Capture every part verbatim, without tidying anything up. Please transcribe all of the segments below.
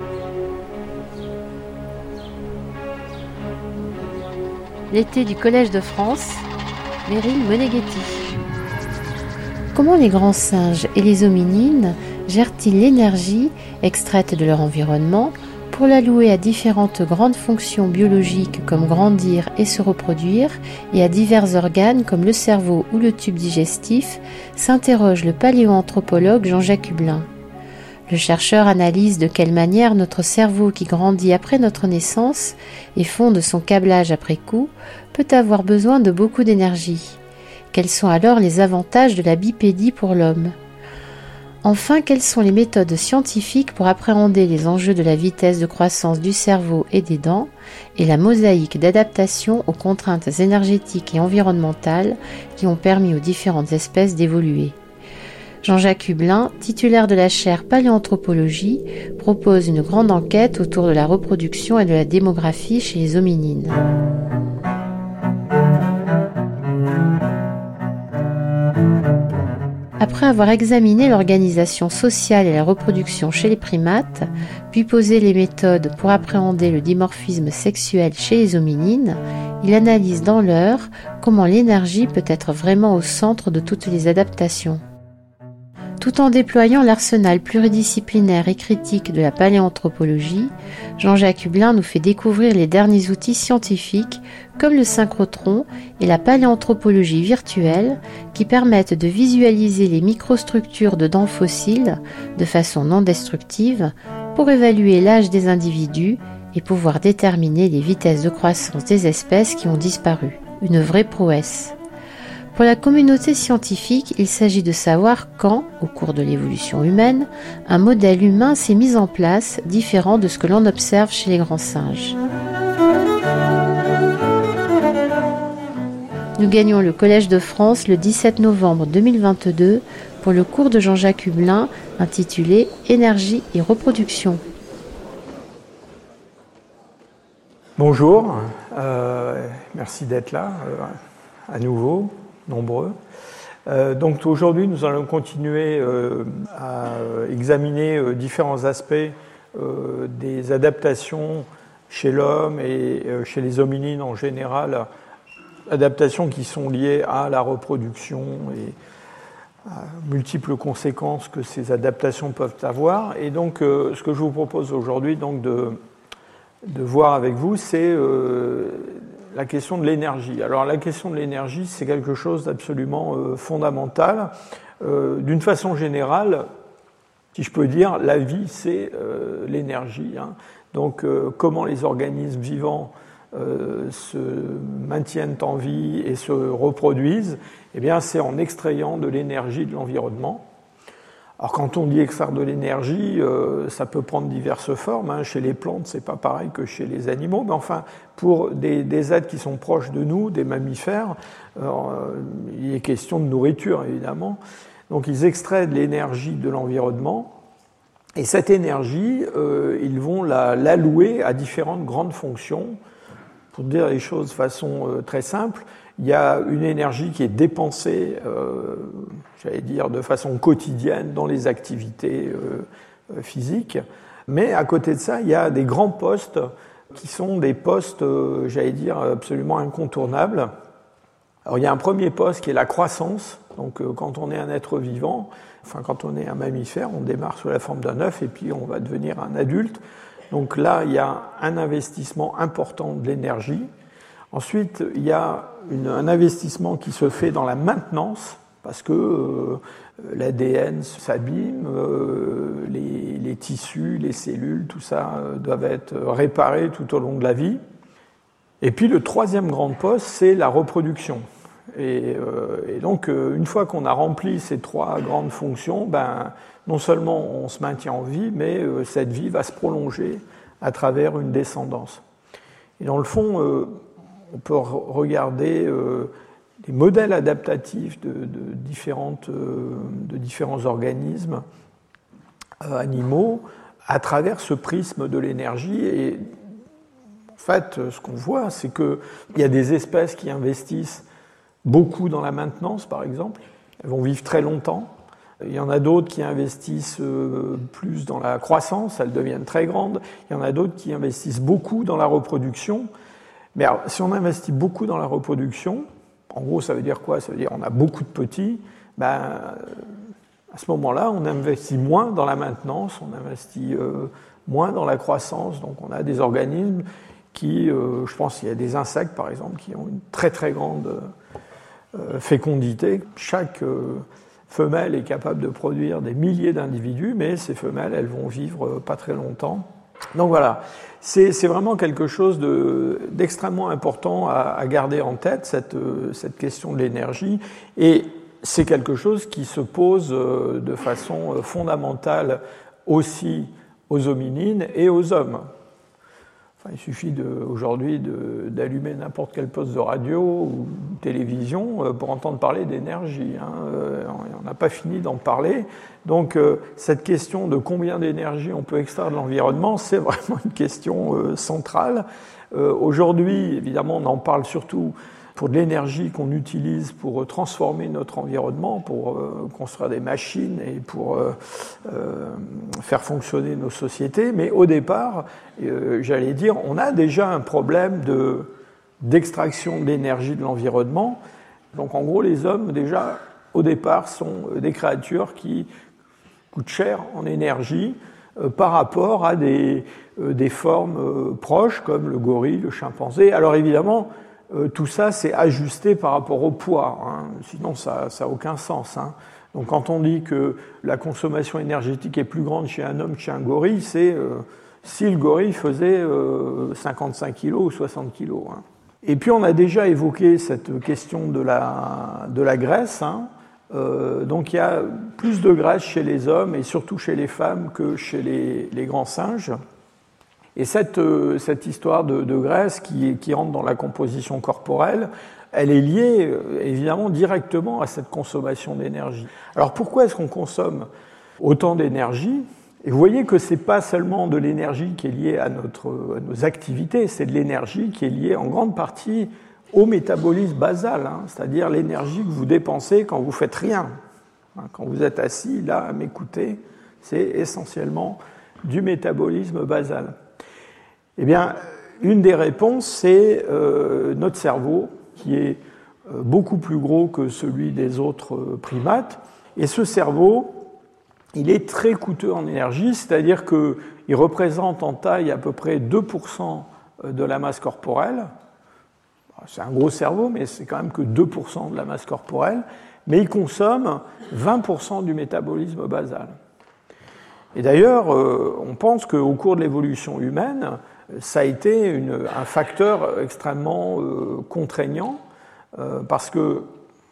L'été du Collège de France, Meryl Moneghetti. Comment les grands singes et les hominines gèrent-ils l'énergie extraite de leur environnement pour l'allouer à différentes grandes fonctions biologiques comme grandir et se reproduire et à divers organes comme le cerveau ou le tube digestif, s'interroge le paléoanthropologue Jean-Jacques Hublin. Le chercheur analyse de quelle manière notre cerveau qui grandit après notre naissance et fonde son câblage après coup peut avoir besoin de beaucoup d'énergie. Quels sont alors les avantages de la bipédie pour l'homme ? Enfin, quelles sont les méthodes scientifiques pour appréhender les enjeux de la vitesse de croissance du cerveau et des dents et la mosaïque d'adaptation aux contraintes énergétiques et environnementales qui ont permis aux différentes espèces d'évoluer ? Jean-Jacques Hublin, titulaire de la chaire Paléanthropologie, propose une grande enquête autour de la reproduction et de la démographie chez les hominines. Après avoir examiné l'organisation sociale et la reproduction chez les primates, puis posé les méthodes pour appréhender le dimorphisme sexuel chez les hominines, il analyse dans l'heure comment l'énergie peut être vraiment au centre de toutes les adaptations. Tout en déployant l'arsenal pluridisciplinaire et critique de la paléanthropologie, Jean-Jacques Hublin nous fait découvrir les derniers outils scientifiques comme le synchrotron et la paléanthropologie virtuelle qui permettent de visualiser les microstructures de dents fossiles de façon non destructive pour évaluer l'âge des individus et pouvoir déterminer les vitesses de croissance des espèces qui ont disparu. Une vraie prouesse. Pour la communauté scientifique, il s'agit de savoir quand, au cours de l'évolution humaine, un modèle humain s'est mis en place différent de ce que l'on observe chez les grands singes. Nous gagnons le Collège de France le dix-sept novembre deux mille vingt-deux pour le cours de Jean-Jacques Hublin intitulé « Énergie et reproduction ». Bonjour, euh, merci d'être là euh, à nouveau. Nombreux. Euh, donc aujourd'hui, nous allons continuer euh, à examiner euh, différents aspects euh, des adaptations chez l'homme et euh, chez les hominines en général, adaptations qui sont liées à la reproduction et à multiples conséquences que ces adaptations peuvent avoir. Et donc, euh, ce que je vous propose aujourd'hui donc de, de voir avec vous, c'est euh, la question de l'énergie. Alors la question de l'énergie, c'est quelque chose d'absolument euh, fondamental. Euh, d'une façon générale, si je peux dire, la vie, c'est euh, l'énergie. Hein. Donc euh, comment les organismes vivants euh, se maintiennent en vie et se reproduisent, eh bien, c'est en extrayant de l'énergie de l'environnement. Alors quand on dit extraire de l'énergie, euh, ça peut prendre diverses formes. Hein. Chez les plantes, c'est pas pareil que chez les animaux, mais enfin, pour des, des êtres qui sont proches de nous, des mammifères, euh, il est question de nourriture évidemment. Donc ils extraient de l'énergie de l'environnement, et cette énergie, euh, ils vont la, l'allouer à différentes grandes fonctions. Pour dire les choses de façon euh, très simple, il y a une énergie qui est dépensée, euh, j'allais dire, de façon quotidienne dans les activités euh, physiques. Mais à côté de ça, il y a des grands postes qui sont des postes, euh, j'allais dire, absolument incontournables. Alors il y a un premier poste qui est la croissance. Donc euh, quand on est un être vivant, enfin quand on est un mammifère, on démarre sous la forme d'un œuf et puis on va devenir un adulte. Donc là, il y a un investissement important de l'énergie. Ensuite, il y a une, un investissement qui se fait dans la maintenance, parce que euh, l'A D N s'abîme, euh, les, les tissus, les cellules, tout ça euh, doivent être réparés tout au long de la vie. Et puis le troisième grand poste, c'est la reproduction. Et, euh, et donc, euh, une fois qu'on a rempli ces trois grandes fonctions, ben, non seulement on se maintient en vie, mais euh, cette vie va se prolonger à travers une descendance. Et dans le fond, euh, on peut regarder euh, les modèles adaptatifs de, de, différentes, euh, de différents organismes euh, animaux à travers ce prisme de l'énergie. Et en fait, ce qu'on voit, c'est qu'il y a des espèces qui investissent beaucoup dans la maintenance, par exemple. Elles vont vivre très longtemps. Il y en a d'autres qui investissent euh, plus dans la croissance, elles deviennent très grandes. Il y en a d'autres qui investissent beaucoup dans la reproduction. Mais alors, si on investit beaucoup dans la reproduction, en gros, ça veut dire quoi? Ça veut dire qu'on a beaucoup de petits. Ben, à ce moment-là, on investit moins dans la maintenance, on investit euh, moins dans la croissance. Donc, on a des organismes qui, euh, je pense qu'il y a des insectes, par exemple, qui ont une très très grande euh, fécondité. Chaque euh, femelle est capable de produire des milliers d'individus, mais ces femelles, elles vont vivre euh, pas très longtemps. Donc voilà, c'est, c'est vraiment quelque chose de, d'extrêmement important à, à garder en tête, cette, cette question de l'énergie. Et c'est quelque chose qui se pose de façon fondamentale aussi aux hominines et aux hommes. Enfin, il suffit de, aujourd'hui de, d'allumer n'importe quel poste de radio ou de télévision pour entendre parler d'énergie. Hein. On n'a pas fini d'en parler. Donc, cette question de combien d'énergie on peut extraire de l'environnement, c'est vraiment une question centrale. Aujourd'hui, évidemment, on en parle surtout pour de l'énergie qu'on utilise pour transformer notre environnement, pour euh, construire des machines et pour euh, euh, faire fonctionner nos sociétés. Mais au départ, euh, j'allais dire, on a déjà un problème de, d'extraction d'énergie de l'environnement. Donc en gros, les hommes, déjà, au départ, sont des créatures qui coûtent cher en énergie euh, par rapport à des, euh, des formes euh, proches, comme le gorille, le chimpanzé. Alors évidemment, Euh, tout ça, c'est ajusté par rapport au poids, hein. Sinon ça n'a aucun sens. Hein. Donc quand on dit que la consommation énergétique est plus grande chez un homme que chez un gorille, c'est euh, si le gorille faisait euh, cinquante-cinq kilos ou soixante kilos. Hein. Et puis on a déjà évoqué cette question de la, de la graisse. Hein. Euh, donc il y a plus de graisse chez les hommes et surtout chez les femmes que chez les, les grands singes. Et cette, euh, cette histoire de, de graisse qui, qui rentre dans la composition corporelle, elle est liée euh, évidemment directement à cette consommation d'énergie. Alors pourquoi est-ce qu'on consomme autant d'énergie? Et vous voyez que ce n'est pas seulement de l'énergie qui est liée à, notre, à nos activités, c'est de l'énergie qui est liée en grande partie au métabolisme basal, hein, c'est-à-dire l'énergie que vous dépensez quand vous ne faites rien. Hein, quand vous êtes assis là à m'écouter, c'est essentiellement du métabolisme basal. Eh bien, une des réponses, c'est euh, notre cerveau, qui est euh, beaucoup plus gros que celui des autres euh, primates. Et ce cerveau, il est très coûteux en énergie, c'est-à-dire qu'il représente en taille à peu près deux pour cent de la masse corporelle. C'est un gros cerveau, mais c'est quand même que deux pour cent de la masse corporelle. Mais il consomme vingt pour cent du métabolisme basal. Et d'ailleurs, euh, on pense qu'au cours de l'évolution humaine, ça a été une, un facteur extrêmement euh, contraignant euh, parce que,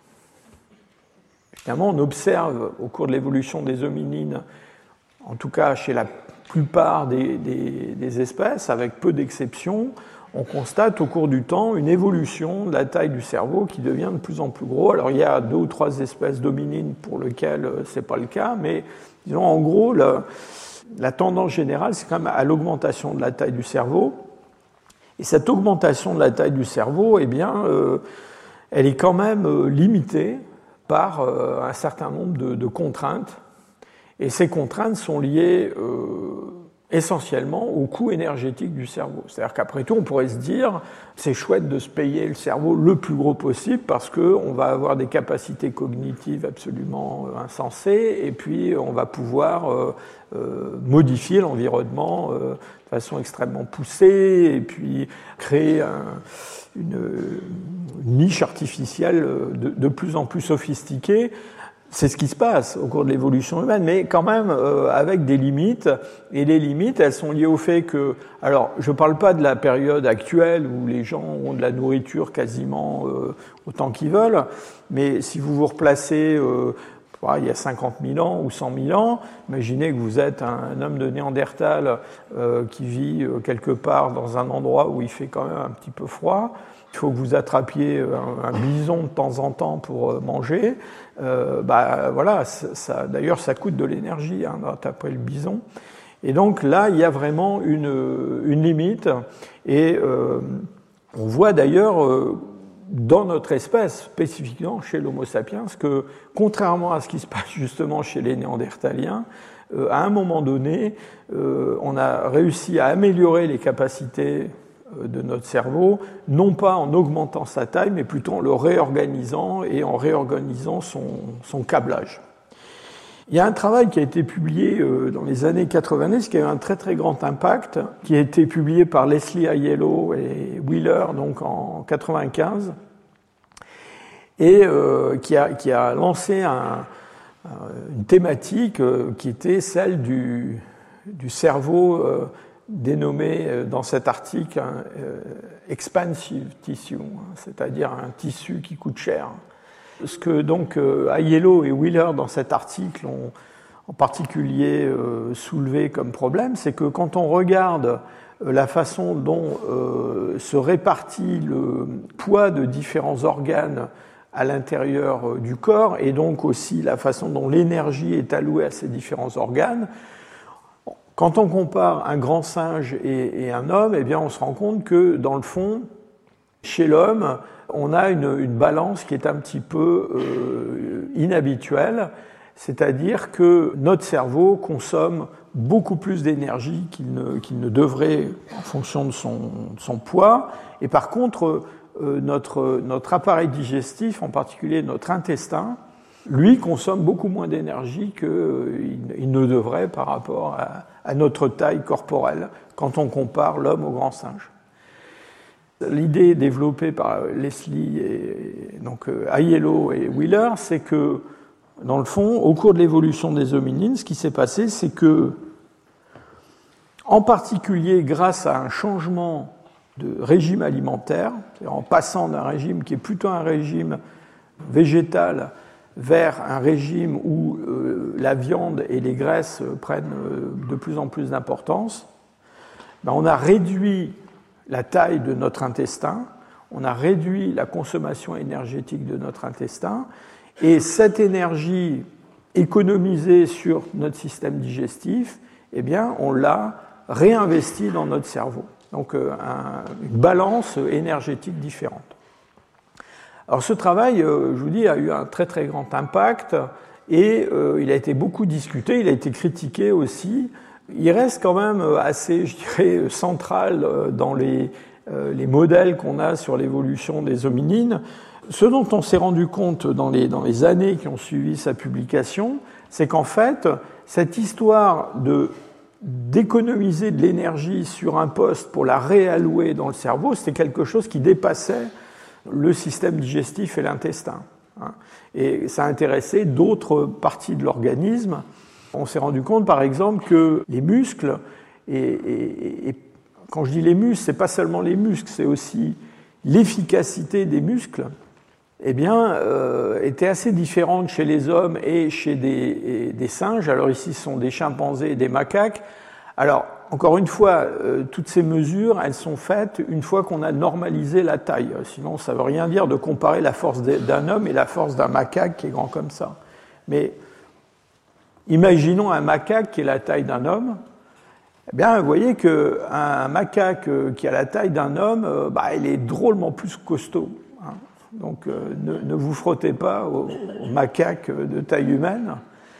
évidemment, on observe au cours de l'évolution des hominines, en tout cas chez la plupart des, des, des espèces, avec peu d'exceptions, on constate au cours du temps une évolution de la taille du cerveau qui devient de plus en plus gros. Alors il y a deux ou trois espèces d'hominines pour lesquelles ce n'est pas le cas, mais disons en gros, le, la tendance générale, c'est quand même à l'augmentation de la taille du cerveau. Et cette augmentation de la taille du cerveau, eh bien, euh, elle est quand même euh, limitée par euh, un certain nombre de, de contraintes. Et ces contraintes sont liées euh, essentiellement au coût énergétique du cerveau. C'est-à-dire qu'après tout, on pourrait se dire, c'est chouette de se payer le cerveau le plus gros possible parce qu'on va avoir des capacités cognitives absolument insensées et puis on va pouvoir euh, euh, modifier l'environnement euh, de façon extrêmement poussée et puis créer un, une, une niche artificielle de, de plus en plus sophistiquée. C'est ce qui se passe au cours de l'évolution humaine, mais quand même euh, avec des limites. Et les limites, elles sont liées au fait que... Alors, je ne parle pas de la période actuelle où les gens ont de la nourriture quasiment euh, autant qu'ils veulent, mais si vous vous replacez euh, il y a cinquante mille ans ou cent mille ans, imaginez que vous êtes un, un homme de Néandertal euh, qui vit euh, quelque part dans un endroit où il fait quand même un petit peu froid. Il faut que vous attrapiez un, un bison de temps en temps pour manger. Euh, bah, voilà, ça, d'ailleurs, ça coûte de l'énergie hein, d'attraper le bison. Et donc là, il y a vraiment une, une limite. Et euh, on voit d'ailleurs euh, dans notre espèce, spécifiquement chez l'Homo sapiens, que contrairement à ce qui se passe justement chez les Néandertaliens, euh, à un moment donné, euh, on a réussi à améliorer les capacités de notre cerveau, non pas en augmentant sa taille, mais plutôt en le réorganisant et en réorganisant son, son câblage. Il y a un travail qui a été publié dans les années quatre-vingt-dix, qui a eu un très très grand impact, qui a été publié par Leslie Aiello et Wheeler donc en quatre-vingt-quinze, et euh, qui, a, qui a lancé un, une thématique qui était celle du, du cerveau euh, dénommé dans cet article un, euh, expansive tissue, c'est-à-dire un tissu qui coûte cher. Ce que donc euh, Aiello et Wheeler dans cet article ont en particulier euh, soulevé comme problème, c'est que quand on regarde euh, la façon dont euh, se répartit le poids de différents organes à l'intérieur euh, du corps, et donc aussi la façon dont l'énergie est allouée à ces différents organes, quand on compare un grand singe et, et un homme, eh bien on se rend compte que dans le fond, chez l'homme, on a une, une balance qui est un petit peu euh, inhabituelle, c'est-à-dire que notre cerveau consomme beaucoup plus d'énergie qu'il ne, qu'il ne devrait en fonction de son, de son poids, et par contre, euh, notre, notre appareil digestif, en particulier notre intestin, lui consomme beaucoup moins d'énergie qu'il euh, il ne devrait par rapport à, à notre taille corporelle quand on compare l'homme au grand singe. L'idée développée par Leslie et donc Aiello et Wheeler, c'est que, dans le fond, au cours de l'évolution des hominines, ce qui s'est passé, c'est que, en particulier grâce à un changement de régime alimentaire, en passant d'un régime qui est plutôt un régime végétal vers un régime où euh, la viande et les graisses prennent euh, de plus en plus d'importance, ben on a réduit la taille de notre intestin, on a réduit la consommation énergétique de notre intestin, et cette énergie économisée sur notre système digestif, eh bien, on l'a réinvestie dans notre cerveau. Donc, euh, un, une balance énergétique différente. Alors, ce travail, euh, je vous dis, a eu un très très grand impact, et euh, il a été beaucoup discuté, il a été critiqué aussi. Il reste quand même assez, je dirais, central dans les, euh, les modèles qu'on a sur l'évolution des hominines. Ce dont on s'est rendu compte dans les, dans les années qui ont suivi sa publication, c'est qu'en fait, cette histoire de, d'économiser de l'énergie sur un poste pour la réallouer dans le cerveau, c'était quelque chose qui dépassait le système digestif et l'intestin. Et ça intéressait d'autres parties de l'organisme. On s'est rendu compte, par exemple, que les muscles, et, et, et quand je dis les muscles, c'est pas seulement les muscles, c'est aussi l'efficacité des muscles, eh bien, euh, était assez différente chez les hommes et chez des, et des singes. Alors ici, ce sont des chimpanzés et des macaques. Alors, encore une fois, euh, toutes ces mesures, elles sont faites une fois qu'on a normalisé la taille. Sinon, ça ne veut rien dire de comparer la force d'un homme et la force d'un macaque qui est grand comme ça. Mais imaginons un macaque qui est la taille d'un homme. Eh bien, vous voyez qu'un macaque qui a la taille d'un homme, bah, il est drôlement plus costaud. Hein. Donc, euh, ne, ne vous frottez pas aux, aux macaques de taille humaine.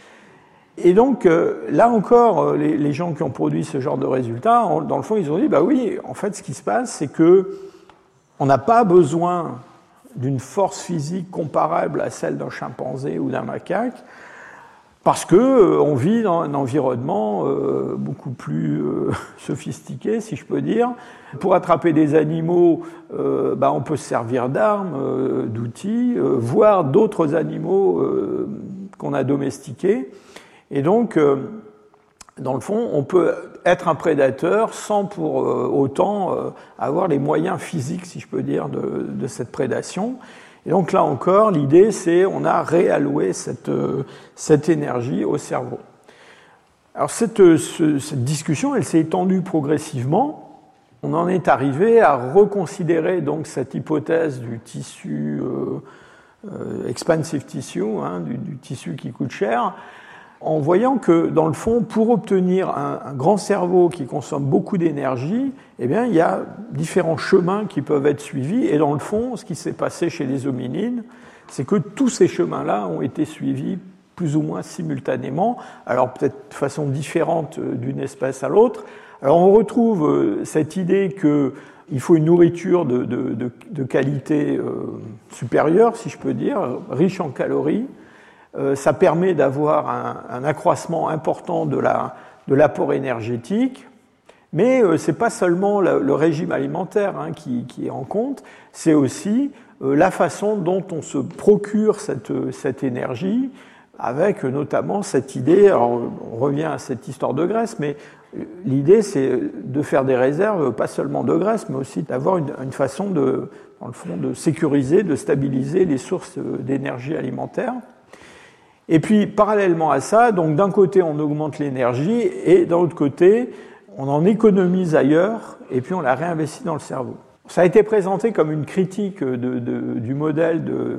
Et donc, euh, là encore, les, les gens qui ont produit ce genre de résultats, on, dans le fond, ils ont dit, bah oui, en fait, ce qui se passe, c'est que on n'a pas besoin d'une force physique comparable à celle d'un chimpanzé ou d'un macaque, parce que euh, on vit dans un environnement euh, beaucoup plus euh, sophistiqué, si je peux dire. Pour attraper des animaux, euh, bah, on peut se servir d'armes, euh, d'outils, euh, voire d'autres animaux euh, qu'on a domestiqués. Et donc, euh, dans le fond, on peut être un prédateur sans pour euh, autant euh, avoir les moyens physiques, si je peux dire, de, de cette prédation. Et donc là encore, l'idée, c'est on a réalloué cette, euh, cette énergie au cerveau. Alors cette, ce, cette discussion, elle s'est étendue progressivement. On en est arrivé à reconsidérer donc cette hypothèse du tissu euh, euh, expansive tissue, hein, du, du tissu qui coûte cher, en voyant que, dans le fond, pour obtenir un, un grand cerveau qui consomme beaucoup d'énergie, eh bien, il y a différents chemins qui peuvent être suivis. Et dans le fond, ce qui s'est passé chez les hominines, c'est que tous ces chemins-là ont été suivis plus ou moins simultanément, alors peut-être de façon différente d'une espèce à l'autre. Alors on retrouve cette idée qu'il faut une nourriture de, de, de, de qualité euh, supérieure, si je peux dire, riche en calories. Euh, ça permet d'avoir un, un accroissement important de, la, de l'apport énergétique, mais euh, ce n'est pas seulement le, le régime alimentaire hein, qui, qui est en compte, c'est aussi euh, la façon dont on se procure cette, cette énergie, avec notamment cette idée, alors on revient à cette histoire de graisse, mais l'idée c'est de faire des réserves, pas seulement de graisse, mais aussi d'avoir une, une façon de, dans le fond, de sécuriser, de stabiliser les sources d'énergie alimentaire. Et puis, parallèlement à ça, donc d'un côté, on augmente l'énergie, et d'un autre côté, on en économise ailleurs, et puis on la réinvestit dans le cerveau. Ça a été présenté comme une critique de, de, du modèle de,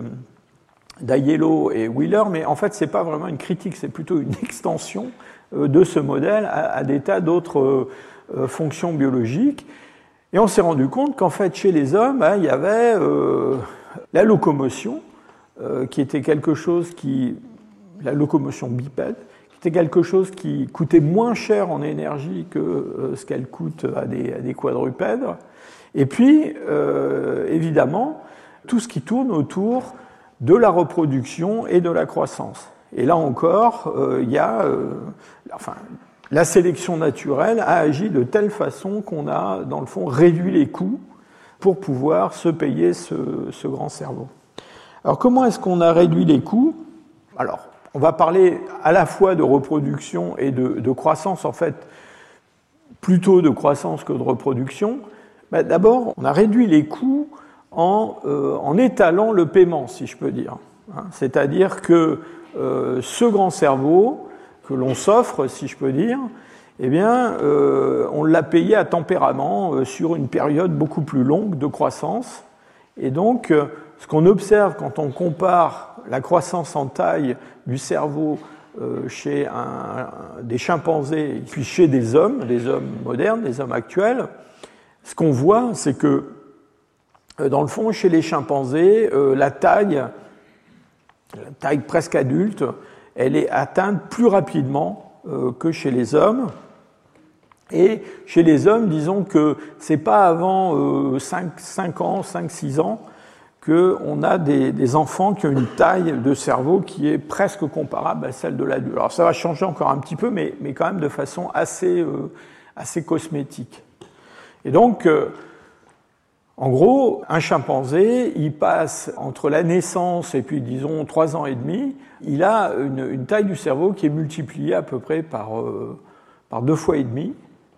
d'Aiello et Wheeler, mais en fait, ce n'est pas vraiment une critique, c'est plutôt une extension de ce modèle à, à des tas d'autres euh, fonctions biologiques. Et on s'est rendu compte qu'en fait, chez les hommes, hein, il y avait euh, la locomotion, euh, qui était quelque chose qui... la locomotion bipède, qui était quelque chose qui coûtait moins cher en énergie que euh, ce qu'elle coûte à des, à des quadrupèdes. Et puis, euh, évidemment, tout ce qui tourne autour de la reproduction et de la croissance. Et là encore, euh, il y a, euh, enfin, la sélection naturelle a agi de telle façon qu'on a, dans le fond, réduit les coûts pour pouvoir se payer ce, ce grand cerveau. Alors, comment est-ce qu'on a réduit les coûts ? Alors, on va parler à la fois de reproduction et de, de croissance, en fait, plutôt de croissance que de reproduction. Ben, d'abord, on a réduit les coûts en, euh, en étalant le paiement, si je peux dire. Hein, c'est-à-dire que euh, ce grand cerveau que l'on s'offre, si je peux dire, eh bien, euh, on l'a payé à tempérament euh, sur une période beaucoup plus longue de croissance. Et donc, euh, ce qu'on observe quand on compare la croissance en taille du cerveau euh, chez un, un, des chimpanzés, puis chez des hommes, des hommes modernes, des hommes actuels, ce qu'on voit, c'est que, euh, dans le fond, chez les chimpanzés, euh, la taille, la taille presque adulte, elle est atteinte plus rapidement euh, que chez les hommes. Et chez les hommes, disons que c'est pas avant euh, cinq ans, cinq six ans, qu'on a des, des enfants qui ont une taille de cerveau qui est presque comparable à celle de l'adulte. Alors ça va changer encore un petit peu, mais, mais quand même de façon assez, euh, assez cosmétique. Et donc, euh, en gros, un chimpanzé, il passe entre la naissance et puis, disons, trois ans et demi, il a une, une taille du cerveau qui est multipliée à peu près par, euh, par deux fois et demi.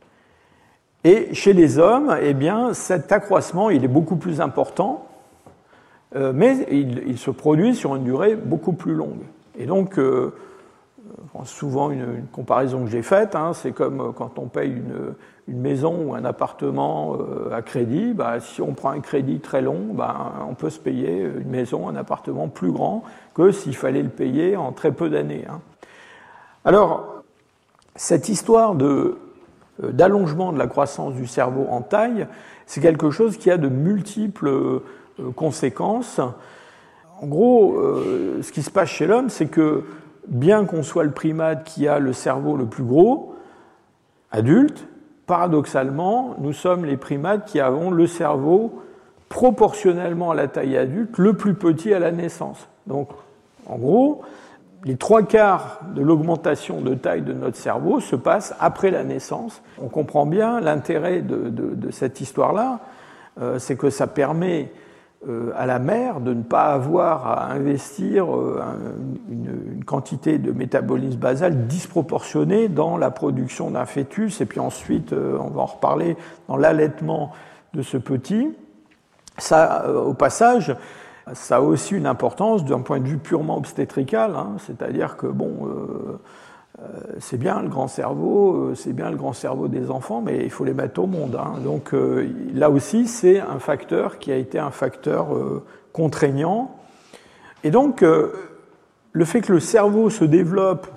Et chez les hommes, eh bien, cet accroissement, il est beaucoup plus important, euh, mais il, il se produit sur une durée beaucoup plus longue. Et donc, euh, souvent une, une comparaison que j'ai faite, hein, c'est comme quand on paye une, une maison ou un appartement euh, à crédit, bah, si on prend un crédit très long, bah, on peut se payer une maison, un appartement plus grand que s'il fallait le payer en très peu d'années. Hein. Alors, cette histoire de d'allongement de la croissance du cerveau en taille, c'est quelque chose qui a de multiples euh, conséquences. En gros, euh, ce qui se passe chez l'homme, c'est que bien qu'on soit le primate qui a le cerveau le plus gros, adulte, paradoxalement, nous sommes les primates qui avons le cerveau proportionnellement à la taille adulte le plus petit à la naissance. Donc, en gros, les trois quarts de l'augmentation de taille de notre cerveau se passent après la naissance. On comprend bien l'intérêt de, de, de cette histoire-là, euh, c'est que ça permet euh, à la mère de ne pas avoir à investir euh, un, une, une quantité de métabolisme basal disproportionnée dans la production d'un fœtus, et puis ensuite, euh, on va en reparler, dans l'allaitement de ce petit. Ça, euh, au passage, ça a aussi une importance d'un point de vue purement obstétrical, hein, c'est-à-dire que bon, euh, euh, c'est bien le grand cerveau, euh, c'est bien le grand cerveau des enfants, mais il faut les mettre au monde. Hein. Donc euh, là aussi, c'est un facteur qui a été un facteur euh, contraignant. Et donc, euh, le fait que le cerveau se développe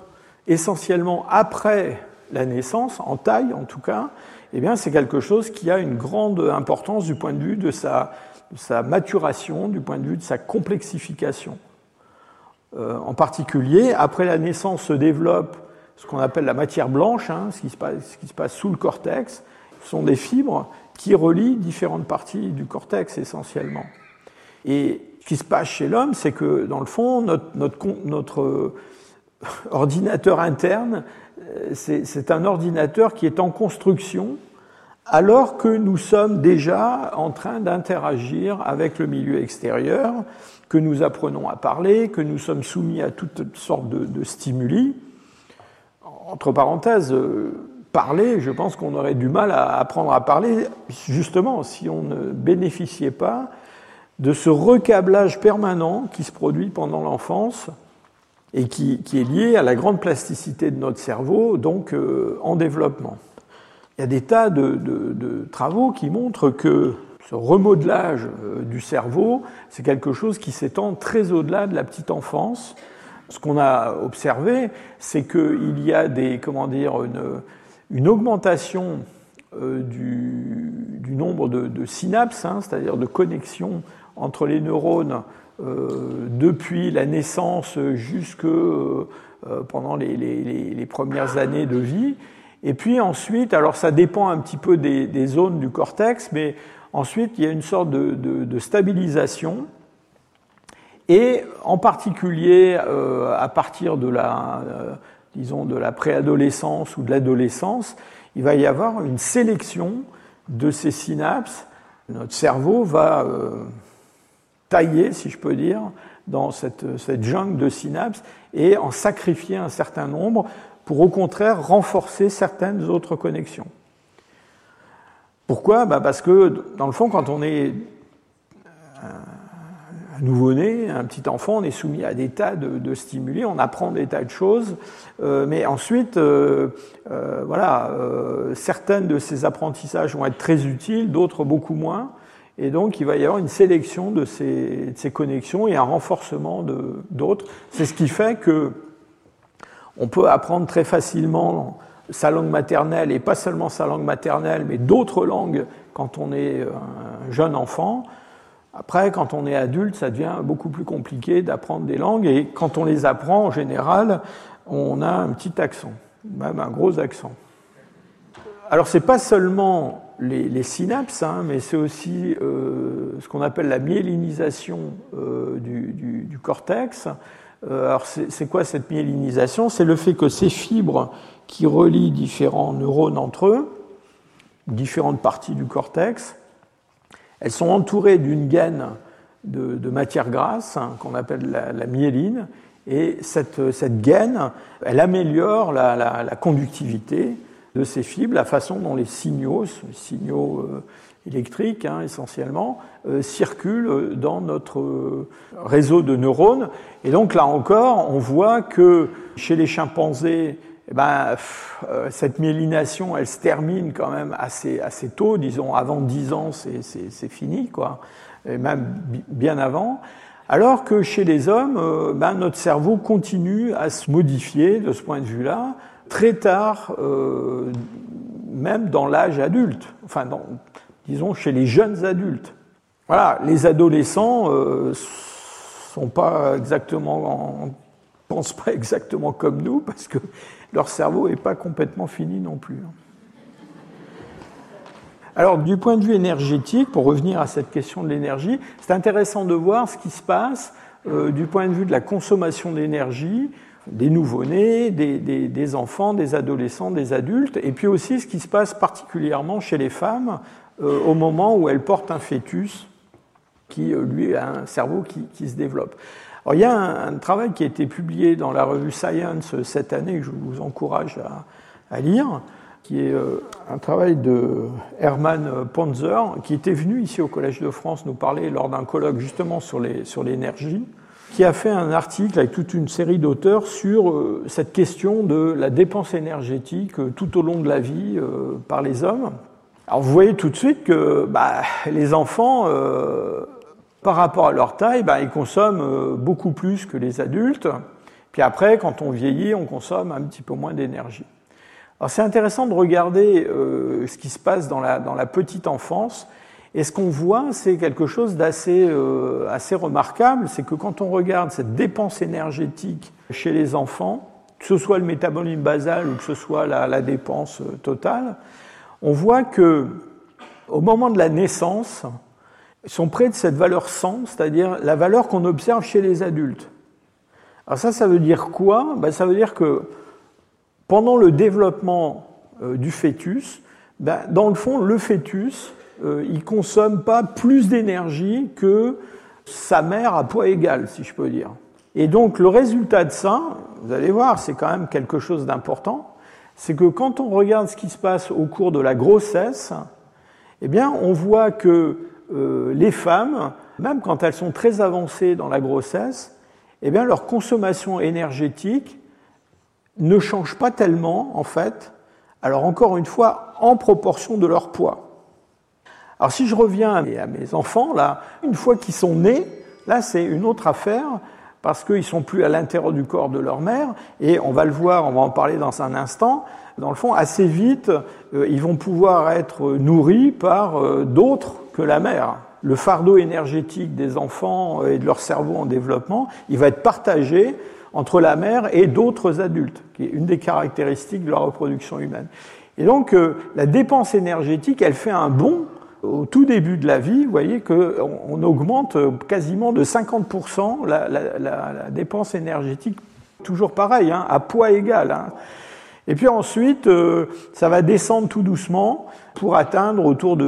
essentiellement après la naissance, en taille en tout cas, eh bien, c'est quelque chose qui a une grande importance du point de vue de sa, de sa maturation, du point de vue de sa complexification. Euh, en particulier, après la naissance se développe ce qu'on appelle la matière blanche, hein, ce, qui se passe, ce qui se passe sous le cortex. Ce sont des fibres qui relient différentes parties du cortex essentiellement. Et ce qui se passe chez l'homme, c'est que dans le fond, notre, notre, notre ordinateur interne, c'est, c'est un ordinateur qui est en construction alors que nous sommes déjà en train d'interagir avec le milieu extérieur, que nous apprenons à parler, que nous sommes soumis à toutes sortes de, de stimuli. Entre parenthèses, euh, parler, je pense qu'on aurait du mal à apprendre à parler, justement, si on ne bénéficiait pas de ce recablage permanent qui se produit pendant l'enfance et qui, qui est lié à la grande plasticité de notre cerveau, donc euh, en développement. Il y a des tas de, de, de travaux qui montrent que ce remodelage euh, du cerveau, c'est quelque chose qui s'étend très au-delà de la petite enfance. Ce qu'on a observé, c'est qu'il y a des, comment dire, une, une augmentation euh, du, du nombre de, de synapses, hein, c'est-à-dire de connexions entre les neurones euh, depuis la naissance jusque euh, pendant les, les, les premières années de vie. Et puis ensuite, alors ça dépend un petit peu des, des zones du cortex, mais ensuite il y a une sorte de, de, de stabilisation. Et en particulier euh, à partir de la, euh, disons, de la préadolescence ou de l'adolescence, il va y avoir une sélection de ces synapses. Notre cerveau va euh, tailler, si je peux dire, dans cette, cette jungle de synapses et en sacrifier un certain nombre pour au contraire renforcer certaines autres connexions. Pourquoi ? Ben parce que dans le fond, quand on est un nouveau-né, un petit enfant, on est soumis à des tas de, de stimuli, on apprend des tas de choses, euh, mais ensuite, euh, euh, voilà, euh, certaines de ces apprentissages vont être très utiles, d'autres beaucoup moins, et donc il va y avoir une sélection de ces, de ces connexions et un renforcement de, d'autres. C'est ce qui fait que on peut apprendre très facilement sa langue maternelle, et pas seulement sa langue maternelle, mais d'autres langues quand on est un jeune enfant. Après, quand on est adulte, ça devient beaucoup plus compliqué d'apprendre des langues, et quand on les apprend, en général, on a un petit accent, même un gros accent. Alors, c'est pas seulement les, les synapses, hein, mais c'est aussi euh, ce qu'on appelle la myélinisation euh, du, du, du cortex. Euh, alors, c'est, c'est quoi cette myélinisation ? C'est le fait que ces fibres qui relient différents neurones entre eux, différentes parties du cortex, elles sont entourées d'une gaine de, de matière grasse, hein, qu'on appelle la, la myéline, et cette, cette gaine, elle améliore la, la, la conductivité de ces fibres, la façon dont les signaux, les signaux euh, électriques hein, essentiellement, euh, circulent dans notre euh, réseau de neurones. Et donc là encore, on voit que chez les chimpanzés, eh ben, pff, euh, cette myélination, elle se termine quand même assez, assez tôt, disons avant dix ans, c'est, c'est, c'est fini, quoi, et même bien avant. Alors que chez les hommes, euh, ben, notre cerveau continue à se modifier de ce point de vue-là, très tard, euh, même dans l'âge adulte, enfin, dans, disons, chez les jeunes adultes. Voilà, les adolescents euh, sont pas exactement, en, pensent pas exactement comme nous, parce que leur cerveau n'est pas complètement fini non plus. Alors, du point de vue énergétique, pour revenir à cette question de l'énergie, c'est intéressant de voir ce qui se passe euh, du point de vue de la consommation d'énergie des nouveau-nés, des, des, des enfants, des adolescents, des adultes, et puis aussi ce qui se passe particulièrement chez les femmes euh, au moment où elles portent un fœtus qui, euh, lui, a un cerveau qui, qui se développe. Alors, il y a un, un travail qui a été publié dans la revue Science cette année, que je vous encourage à, à lire, qui est euh, un travail de Hermann Ponzer, qui était venu ici au Collège de France nous parler lors d'un colloque justement sur, les, sur l'énergie, qui a fait un article avec toute une série d'auteurs sur euh, cette question de la dépense énergétique euh, tout au long de la vie euh, par les hommes. Alors vous voyez tout de suite que bah, les enfants, euh, par rapport à leur taille, bah, ils consomment euh, beaucoup plus que les adultes, Puis après, quand on vieillit, on consomme un petit peu moins d'énergie. Alors c'est intéressant de regarder euh, ce qui se passe dans la, dans la petite enfance. Et ce qu'on voit, c'est quelque chose d'assez euh, assez remarquable, c'est que quand on regarde cette dépense énergétique chez les enfants, que ce soit le métabolisme basal ou que ce soit la, la dépense totale, on voit que au moment de la naissance, ils sont près de cette valeur cent, c'est-à-dire la valeur qu'on observe chez les adultes. Alors ça, ça veut dire quoi ? Ben, ça veut dire que pendant le développement euh, du fœtus, ben, dans le fond, le fœtus, euh, il ne consomme pas plus d'énergie que sa mère à poids égal, si je peux dire. Et donc le résultat de ça, vous allez voir, c'est quand même quelque chose d'important, c'est que quand on regarde ce qui se passe au cours de la grossesse, eh bien, on voit que euh, les femmes, même quand elles sont très avancées dans la grossesse, eh bien, leur consommation énergétique ne change pas tellement, en fait, alors encore une fois, en proportion de leur poids. Alors si je reviens à mes, à mes enfants, là, une fois qu'ils sont nés, là c'est une autre affaire, parce qu'ils ne sont plus à l'intérieur du corps de leur mère, et on va le voir, on va en parler dans un instant, dans le fond, assez vite, euh, ils vont pouvoir être nourris par euh, d'autres que la mère. Le fardeau énergétique des enfants et de leur cerveau en développement, il va être partagé entre la mère et d'autres adultes, qui est une des caractéristiques de la reproduction humaine. Et donc, euh, la dépense énergétique, elle fait un bond au tout début de la vie. Vous voyez qu'on on augmente quasiment de cinquante pour cent la, la, la, la dépense énergétique, toujours pareil, hein, à poids égal. Hein. Et puis ensuite, euh, ça va descendre tout doucement pour atteindre autour de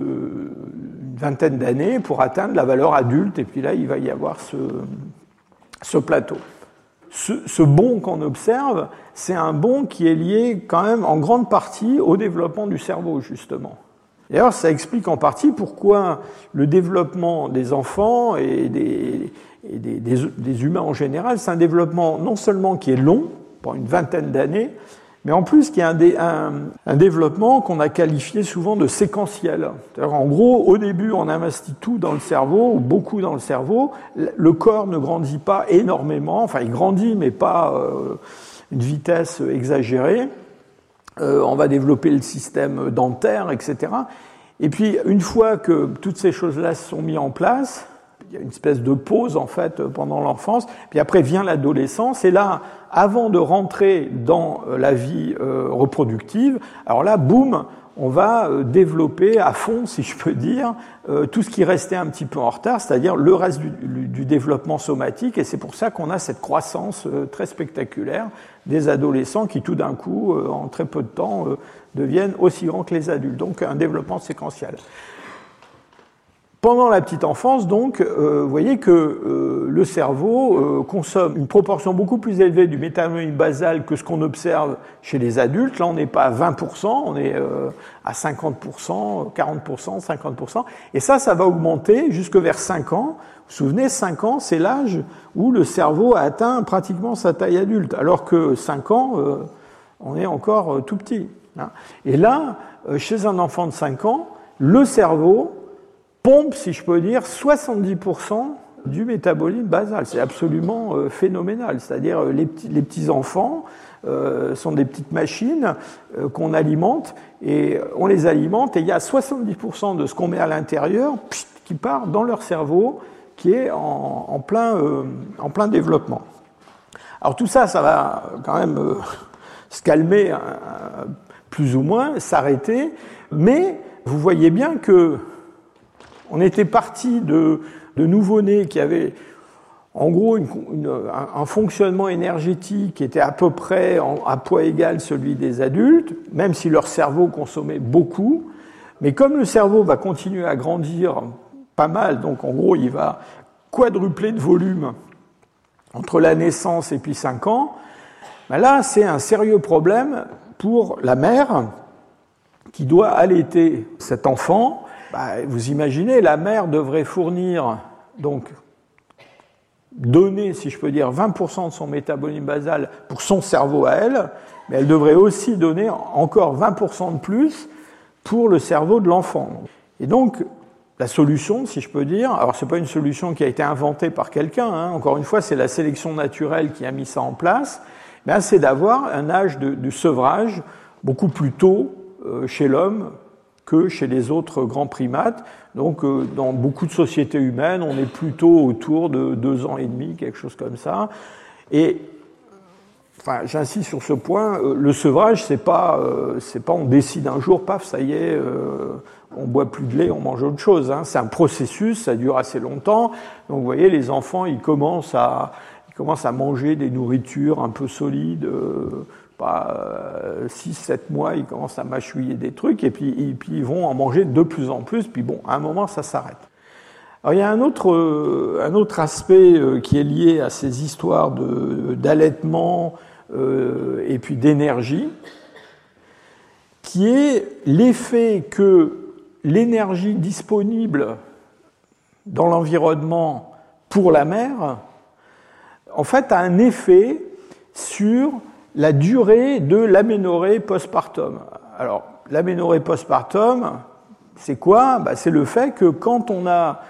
une vingtaine d'années, pour atteindre la valeur adulte. Et puis là, il va y avoir ce, ce plateau. Ce, ce bond qu'on observe, c'est un bond qui est lié quand même en grande partie au développement du cerveau, justement. D'ailleurs, ça explique en partie pourquoi le développement des enfants et des, et des, des, des humains en général, c'est un développement non seulement qui est long, pour une vingtaine d'années, mais en plus qui est un, dé, un, un développement qu'on a qualifié souvent de séquentiel. C'est-à-dire, en gros, au début, on investit tout dans le cerveau, ou beaucoup dans le cerveau. Le corps ne grandit pas énormément, enfin, il grandit, mais pas euh, une vitesse exagérée. Euh, on va développer le système dentaire, et cetera. Et puis, une fois que toutes ces choses-là se sont mises en place, il y a une espèce de pause, en fait, pendant l'enfance. Puis après vient l'adolescence. Et là, avant de rentrer dans la vie euh, reproductive, alors là, boum, on va développer à fond, si je peux dire, euh, tout ce qui restait un petit peu en retard, c'est-à-dire le reste du, du développement somatique. Et c'est pour ça qu'on a cette croissance euh, très spectaculaire des adolescents qui, tout d'un coup, euh, en très peu de temps, euh, deviennent aussi grands que les adultes. Donc, un développement séquentiel. Pendant la petite enfance, donc, euh, vous voyez que euh, le cerveau euh, consomme une proportion beaucoup plus élevée du métabolisme basal que ce qu'on observe chez les adultes. Là, on n'est pas à vingt pour cent, on est euh, à cinquante pour cent, quarante pour cent, cinquante pour cent. Et ça, ça va augmenter jusque vers cinq ans. Vous vous souvenez, cinq ans, c'est l'âge où le cerveau a atteint pratiquement sa taille adulte, alors que cinq ans, euh, on est encore euh, tout petit. Hein. Et là, euh, chez un enfant de cinq ans, le cerveau pompe, si je peux dire, soixante-dix pour cent du métabolisme basal. C'est absolument euh, phénoménal. C'est-à-dire euh, les petits, les petits enfants euh, sont des petites machines euh, qu'on alimente, et on les alimente, et il y a soixante-dix pour cent de ce qu'on met à l'intérieur pssst, qui part dans leur cerveau, qui est en, en, plein, euh, en plein développement. Alors tout ça, ça va quand même euh, se calmer, hein, plus ou moins, s'arrêter, mais vous voyez bien que on était parti de, de nouveau-nés qui avaient en gros une, une, un, un fonctionnement énergétique qui était à peu près en, à poids égal celui des adultes, même si leur cerveau consommait beaucoup. Mais comme le cerveau va continuer à grandir pas mal, donc en gros il va quadrupler de volume entre la naissance et puis cinq ans, ben là c'est un sérieux problème pour la mère qui doit allaiter cet enfant. Bah, vous imaginez, la mère devrait fournir, donc donner, si je peux dire, vingt pour cent de son métabolisme basal pour son cerveau à elle, mais elle devrait aussi donner encore vingt pour cent de plus pour le cerveau de l'enfant. Et donc, la solution, si je peux dire. Alors, ce n'est pas une solution qui a été inventée par quelqu'un, hein. Encore une fois, c'est la sélection naturelle qui a mis ça en place. Ben, c'est d'avoir un âge de, de sevrage beaucoup plus tôt euh, chez l'homme que chez les autres grands primates. Donc, euh, dans beaucoup de sociétés humaines, on est plutôt autour de deux ans et demi, quelque chose comme ça. Et, enfin, j'insiste sur ce point, euh, le sevrage, c'est pas, euh, c'est pas on décide un jour, paf, ça y est, euh, on boit plus de lait, on mange autre chose, hein. C'est un processus, ça dure assez longtemps. Donc, vous voyez, les enfants, ils commencent à, ils commencent à manger des nourritures un peu solides, euh, six sept mois, ils commencent à mâchouiller des trucs, et puis, et puis ils vont en manger de plus en plus, puis bon, à un moment, ça s'arrête. Alors, il y a un autre, un autre aspect qui est lié à ces histoires de, d'allaitement euh, et puis d'énergie, qui est l'effet que l'énergie disponible dans l'environnement pour la mère, en fait, a un effet sur la durée de l'aménorrhée postpartum. Alors, l'aménorrhée postpartum, c'est quoi? Ben, c'est le fait que quand on a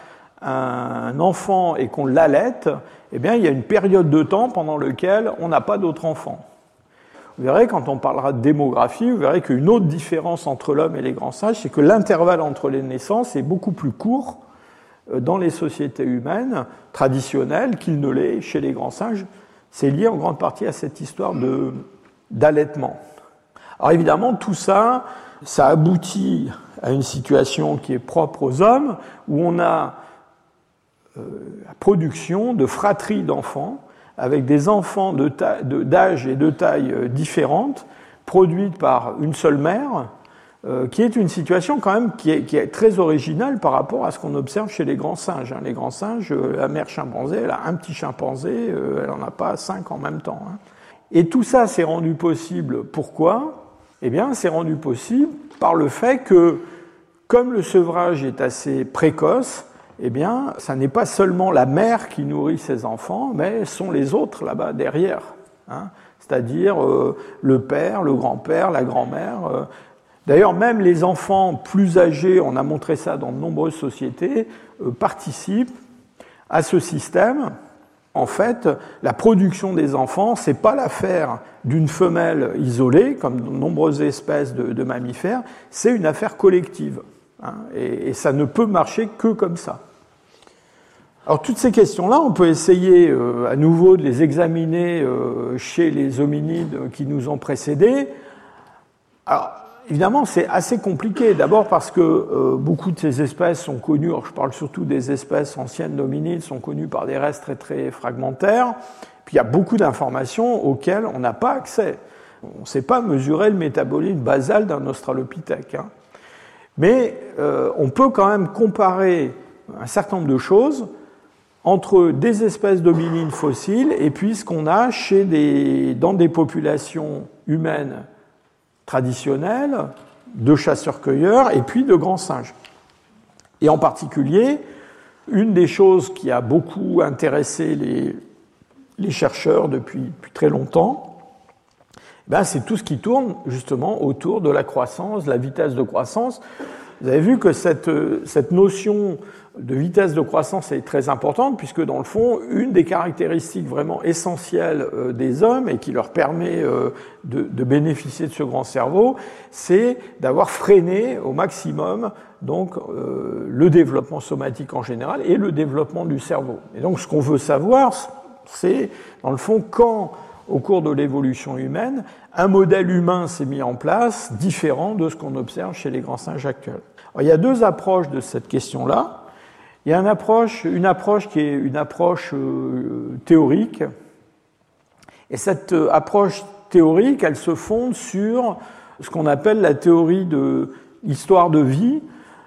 un enfant et qu'on l'allaite, eh bien, il y a une période de temps pendant laquelle on n'a pas d'autre enfant. Vous verrez, quand on parlera de démographie, vous verrez qu'une autre différence entre l'homme et les grands singes, c'est que l'intervalle entre les naissances est beaucoup plus court dans les sociétés humaines traditionnelles qu'il ne l'est chez les grands singes. C'est lié en grande partie à cette histoire de, d'allaitement. Alors évidemment, tout ça, ça aboutit à une situation qui est propre aux hommes, où on a euh, la production de fratries d'enfants, avec des enfants de ta- de, d'âge et de taille euh, différentes, produites par une seule mère, euh, qui est une situation quand même qui est, qui est très originale par rapport à ce qu'on observe chez les grands singes. Hein. Les grands singes, euh, la mère chimpanzé, elle a un petit chimpanzé, euh, elle n'en a pas cinq en même temps. Hein. Et tout ça s'est rendu possible, pourquoi? Eh bien, c'est rendu possible par le fait que, comme le sevrage est assez précoce, eh bien, ça n'est pas seulement la mère qui nourrit ses enfants, mais sont les autres là-bas derrière. Hein. C'est-à-dire euh, le père, le grand-père, la grand-mère. Euh, D'ailleurs, même les enfants plus âgés, on a montré ça dans de nombreuses sociétés, euh, participent à ce système. En fait, la production des enfants, c'est pas l'affaire d'une femelle isolée, comme de nombreuses espèces de, de mammifères, c'est une affaire collective. Hein, et, et ça ne peut marcher que comme ça. Alors, toutes ces questions-là, on peut essayer euh, à nouveau de les examiner euh, chez les hominides qui nous ont précédés. Alors, évidemment, c'est assez compliqué. D'abord parce que euh, beaucoup de ces espèces sont connues, alors je parle surtout des espèces anciennes d'hominides, sont connues par des restes très très fragmentaires. Puis il y a beaucoup d'informations auxquelles on n'a pas accès. On ne sait pas mesurer le métabolisme basal d'un australopithèque. Hein. Mais euh, on peut quand même comparer un certain nombre de choses entre des espèces d'hominines fossiles et puis ce qu'on a chez des, dans des populations humaines traditionnels, de chasseurs-cueilleurs et puis de grands singes. Et en particulier, une des choses qui a beaucoup intéressé les, les chercheurs depuis, depuis très longtemps, ben c'est tout ce qui tourne justement autour de la croissance, de la vitesse de croissance. Vous avez vu que cette, cette notion de vitesse de croissance est très importante, puisque dans le fond, une des caractéristiques vraiment essentielles des hommes et qui leur permet de, de bénéficier de ce grand cerveau, c'est d'avoir freiné au maximum donc, euh, le développement somatique en général et le développement du cerveau. Et donc ce qu'on veut savoir, c'est dans le fond quand, au cours de l'évolution humaine, un modèle humain s'est mis en place différent de ce qu'on observe chez les grands singes actuels. Alors, il y a deux approches de cette question-là. Il y a une approche, une approche qui est une approche euh, théorique. Et cette euh, approche théorique, elle se fonde sur ce qu'on appelle la théorie de l'histoire de vie.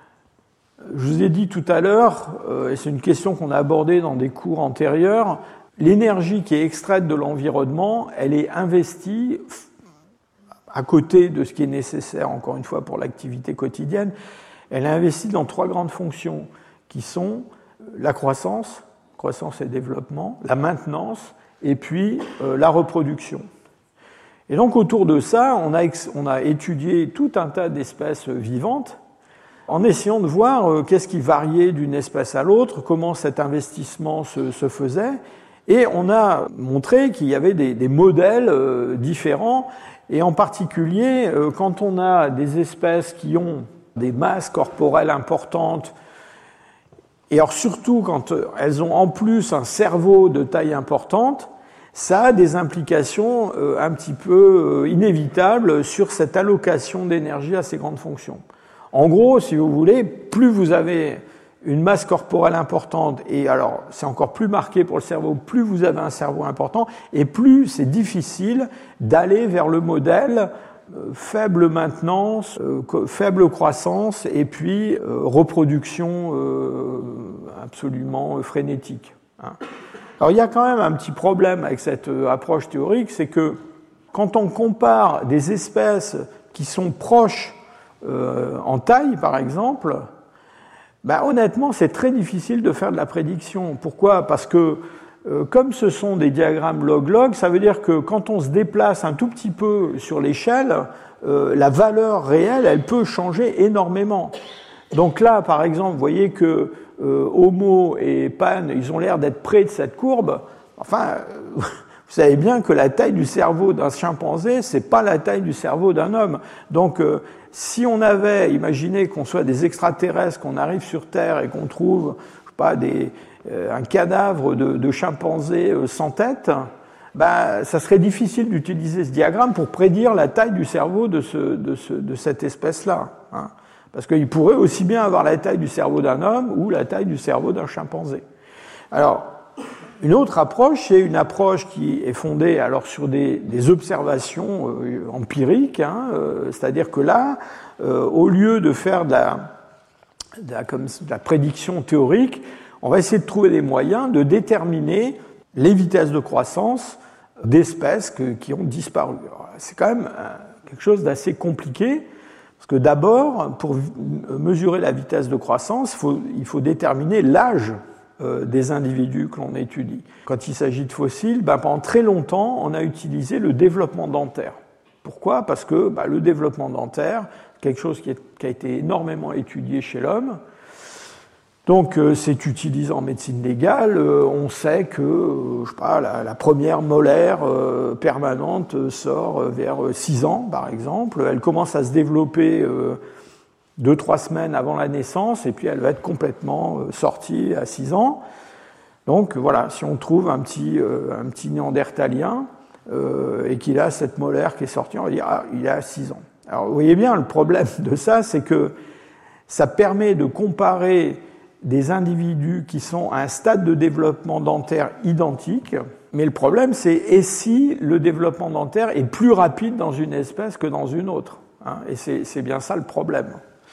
Je vous ai dit tout à l'heure, euh, et c'est une question qu'on a abordée dans des cours antérieurs, l'énergie qui est extraite de l'environnement, elle est investie à côté de ce qui est nécessaire, encore une fois, pour l'activité quotidienne. Elle est investie dans trois grandes fonctions qui sont la croissance, croissance et développement, la maintenance et puis euh, la reproduction. Et donc autour de ça, on a, ex- on a étudié tout un tas d'espèces vivantes en essayant de voir euh, qu'est-ce qui variait d'une espèce à l'autre, comment cet investissement se, se faisait. Et on a montré qu'il y avait des, des modèles euh, différents, et en particulier, euh, quand on a des espèces qui ont des masses corporelles importantes, et alors surtout quand elles ont en plus un cerveau de taille importante, ça a des implications euh, un petit peu euh, inévitables sur cette allocation d'énergie à ces grandes fonctions. En gros, si vous voulez, plus vous avez une masse corporelle importante, et alors c'est encore plus marqué pour le cerveau, plus vous avez un cerveau important, et plus c'est difficile d'aller vers le modèle euh, faible maintenance, euh, faible croissance, et puis euh, reproduction euh, absolument frénétique. Hein. Alors il y a quand même un petit problème avec cette euh, approche théorique, c'est que quand on compare des espèces qui sont proches euh, en taille, par exemple, ben, honnêtement, c'est très difficile de faire de la prédiction. Pourquoi ? Parce que, euh, comme ce sont des diagrammes log-log, ça veut dire que quand on se déplace un tout petit peu sur l'échelle, euh, la valeur réelle, elle peut changer énormément. Donc là, par exemple, vous voyez que euh, Homo et Pan, ils ont l'air d'être près de cette courbe. Enfin, euh, vous savez bien que la taille du cerveau d'un chimpanzé, c'est pas la taille du cerveau d'un homme. Donc, euh, si on avait imaginé qu'on soit des extraterrestres, qu'on arrive sur Terre et qu'on trouve, je sais pas, des, euh, un cadavre de, de chimpanzé euh, sans tête, ben, ça serait difficile d'utiliser ce diagramme pour prédire la taille du cerveau de, ce, de, ce, de cette espèce-là. Hein, parce qu'il pourrait aussi bien avoir la taille du cerveau d'un homme ou la taille du cerveau d'un chimpanzé. Alors, une autre approche, c'est une approche qui est fondée alors sur des, des observations euh, empiriques, hein, euh, c'est-à-dire que là, euh, au lieu de faire de la, de, la, comme, de la prédiction théorique, on va essayer de trouver des moyens de déterminer les vitesses de croissance d'espèces que, qui ont disparu. Alors, c'est quand même euh, quelque chose d'assez compliqué, parce que d'abord, pour mesurer la vitesse de croissance, il faut, il faut déterminer l'âge des individus que l'on étudie. Quand il s'agit de fossiles, ben, pendant très longtemps, on a utilisé le développement dentaire. Pourquoi ? Parce que ben, le développement dentaire, quelque chose qui, est, qui a été énormément étudié chez l'homme. Donc, euh, c'est utilisé en médecine légale. Euh, on sait que, euh, je sais pas, la, la première molaire euh, permanente sort vers six ans, par exemple. Elle commence à se développer euh, deux, trois semaines avant la naissance, et puis elle va être complètement sortie à six ans. Donc voilà, si on trouve un petit, euh, un petit néandertalien euh, et qu'il a cette molaire qui est sortie, on va dire ah, il a six ans. Alors vous voyez bien, le problème de ça, c'est que ça permet de comparer des individus qui sont à un stade de développement dentaire identique, mais le problème c'est et si le développement dentaire est plus rapide dans une espèce que dans une autre, hein, et c'est, c'est bien ça le problème.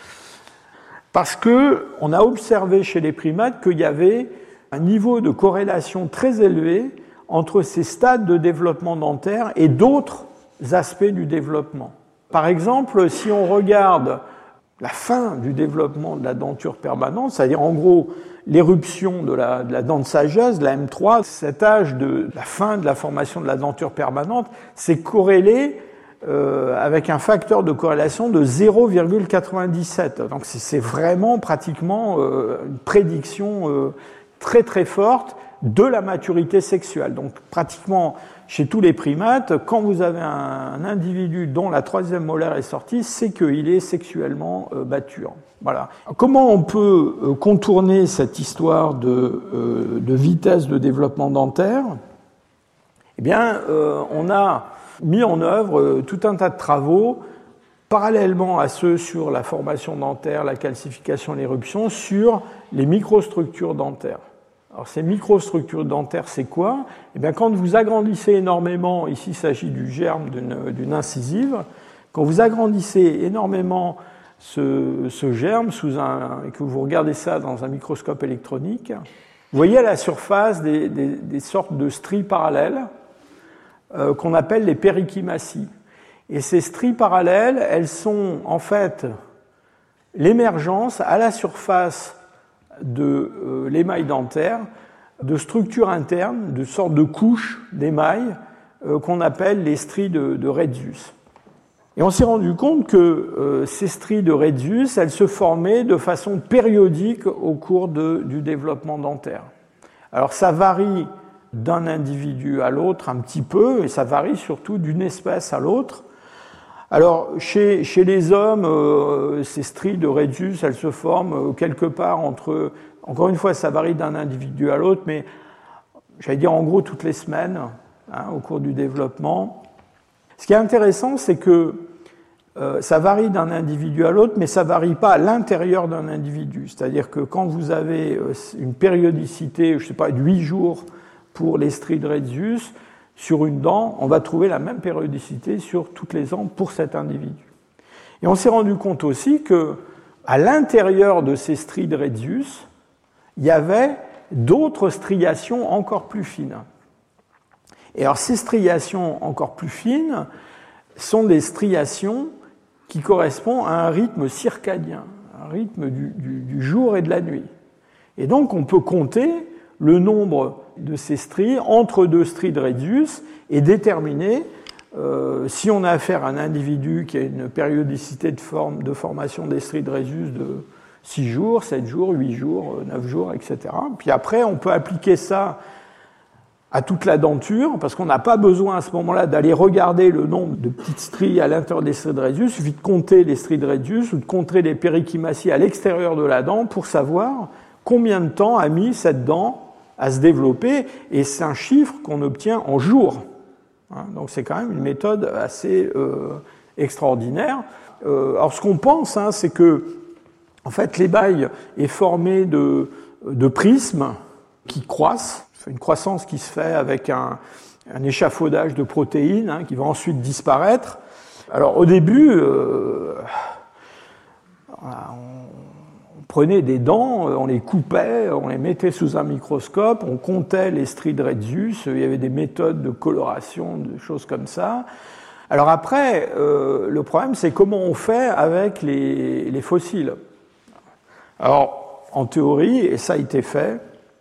Parce qu'on a observé chez les primates qu'il y avait un niveau de corrélation très élevé entre ces stades de développement dentaire et d'autres aspects du développement. Par exemple, si on regarde la fin du développement de la denture permanente, c'est-à-dire en gros l'éruption de la, de la dent de sagesse, de la M trois, cet âge de la fin de la formation de la denture permanente, c'est corrélé Euh, avec un facteur de corrélation de zéro virgule quatre-vingt-dix-sept. Donc c'est, c'est vraiment pratiquement euh, une prédiction euh, très très forte de la maturité sexuelle. Donc pratiquement chez tous les primates, quand vous avez un, un individu dont la troisième molaire est sortie, c'est qu'il est sexuellement euh, mature. Voilà. Comment on peut euh, contourner cette histoire de, euh, de vitesse de développement dentaire ? Eh bien, euh, on a mis en œuvre tout un tas de travaux, parallèlement à ceux sur la formation dentaire, la calcification et l'éruption, sur les microstructures dentaires. Alors ces microstructures dentaires, c'est quoi ? Eh bien, quand vous agrandissez énormément, ici il s'agit du germe d'une, d'une incisive, quand vous agrandissez énormément ce, ce germe sous un, et que vous regardez ça dans un microscope électronique, vous voyez à la surface des, des, des sortes de stries parallèles, Euh, qu'on appelle les périchimaties. Et ces stries parallèles, elles sont en fait l'émergence à la surface de euh, l'émail dentaire de structures internes, de sortes de couches d'émail euh, qu'on appelle les stries de, de Retzius. Et on s'est rendu compte que euh, ces stries de Retzius, elles se formaient de façon périodique au cours de, du développement dentaire. Alors ça varie d'un individu à l'autre un petit peu, et ça varie surtout d'une espèce à l'autre. Alors chez, chez les hommes, euh, ces stries de Retzius, elles se forment euh, quelque part entre... Encore une fois, ça varie d'un individu à l'autre, mais j'allais dire en gros toutes les semaines, hein, au cours du développement. Ce qui est intéressant, c'est que euh, ça varie d'un individu à l'autre, mais ça ne varie pas à l'intérieur d'un individu. C'est-à-dire que quand vous avez euh, une périodicité, je ne sais pas, de huit jours pour les stries de Retzius, sur une dent, on va trouver la même périodicité sur toutes les dents pour cet individu. Et on s'est rendu compte aussi que, à l'intérieur de ces stries de Retzius, il y avait d'autres striations encore plus fines. Et alors ces striations encore plus fines sont des striations qui correspondent à un rythme circadien, un rythme du, du, du jour et de la nuit. Et donc on peut compter le nombre de ces stries entre deux stries de Retzius et déterminer euh, si on a affaire à un individu qui a une périodicité de, forme, de formation des stries de Retzius de six jours, sept jours, huit jours, neuf jours, et cetera. Puis après, on peut appliquer ça à toute la denture, parce qu'on n'a pas besoin à ce moment-là d'aller regarder le nombre de petites stries à l'intérieur des stries de Retzius, il suffit de compter les stries de Retzius ou de compter les périchimaties à l'extérieur de la dent pour savoir combien de temps a mis cette dent à se développer, et c'est un chiffre qu'on obtient en jours. Hein, donc c'est quand même une méthode assez euh, extraordinaire. Euh, alors ce qu'on pense, hein, c'est que en fait l'émail est formé de, de prismes qui croissent. C'est une croissance qui se fait avec un, un échafaudage de protéines, hein, qui va ensuite disparaître. Alors au début, euh, on, on prenait des dents, on les coupait, on les mettait sous un microscope, on comptait les stries de Retzius, il y avait des méthodes de coloration, de choses comme ça. Alors après, euh, le problème, c'est comment on fait avec les, les fossiles. Alors, en théorie, et ça a été fait,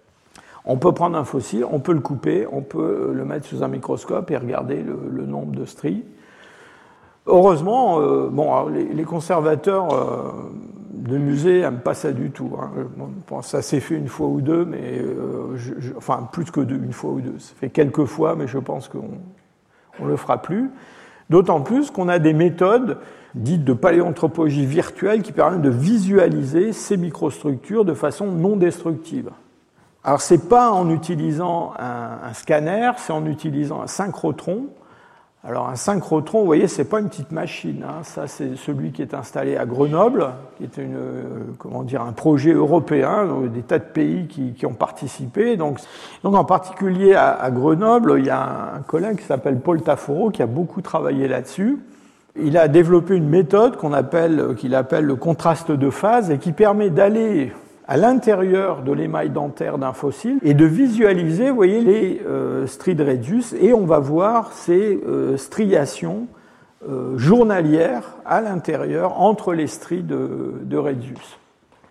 on peut prendre un fossile, on peut le couper, on peut le mettre sous un microscope et regarder le, le nombre de stries. Heureusement, euh, bon, alors les, les conservateurs euh, de musées n'aiment pas ça du tout. Hein. Bon, ça s'est fait une fois ou deux, mais euh, je, je, enfin plus que deux, une fois ou deux. Ça fait quelques fois, mais je pense qu'on on le fera plus. D'autant plus qu'on a des méthodes dites de paléanthropologie virtuelle qui permettent de visualiser ces microstructures de façon non destructive. Alors, ce n'est pas en utilisant un, un scanner, c'est en utilisant un synchrotron. Alors, un synchrotron, vous voyez, ce n'est pas une petite machine. Hein. Ça, c'est celui qui est installé à Grenoble, qui est une, euh, comment dire, un projet européen, donc des tas de pays qui, qui ont participé. Donc, donc, en particulier à, à Grenoble, il y a un, un collègue qui s'appelle Paul Taforo qui a beaucoup travaillé là-dessus. Il a développé une méthode qu'on appelle, qu'il appelle le contraste de phase et qui permet d'aller à l'intérieur de l'émail dentaire d'un fossile et de visualiser, vous voyez, les euh, stries de Retzius, et on va voir ces euh, striations euh, journalières à l'intérieur entre les stries de, de Retzius.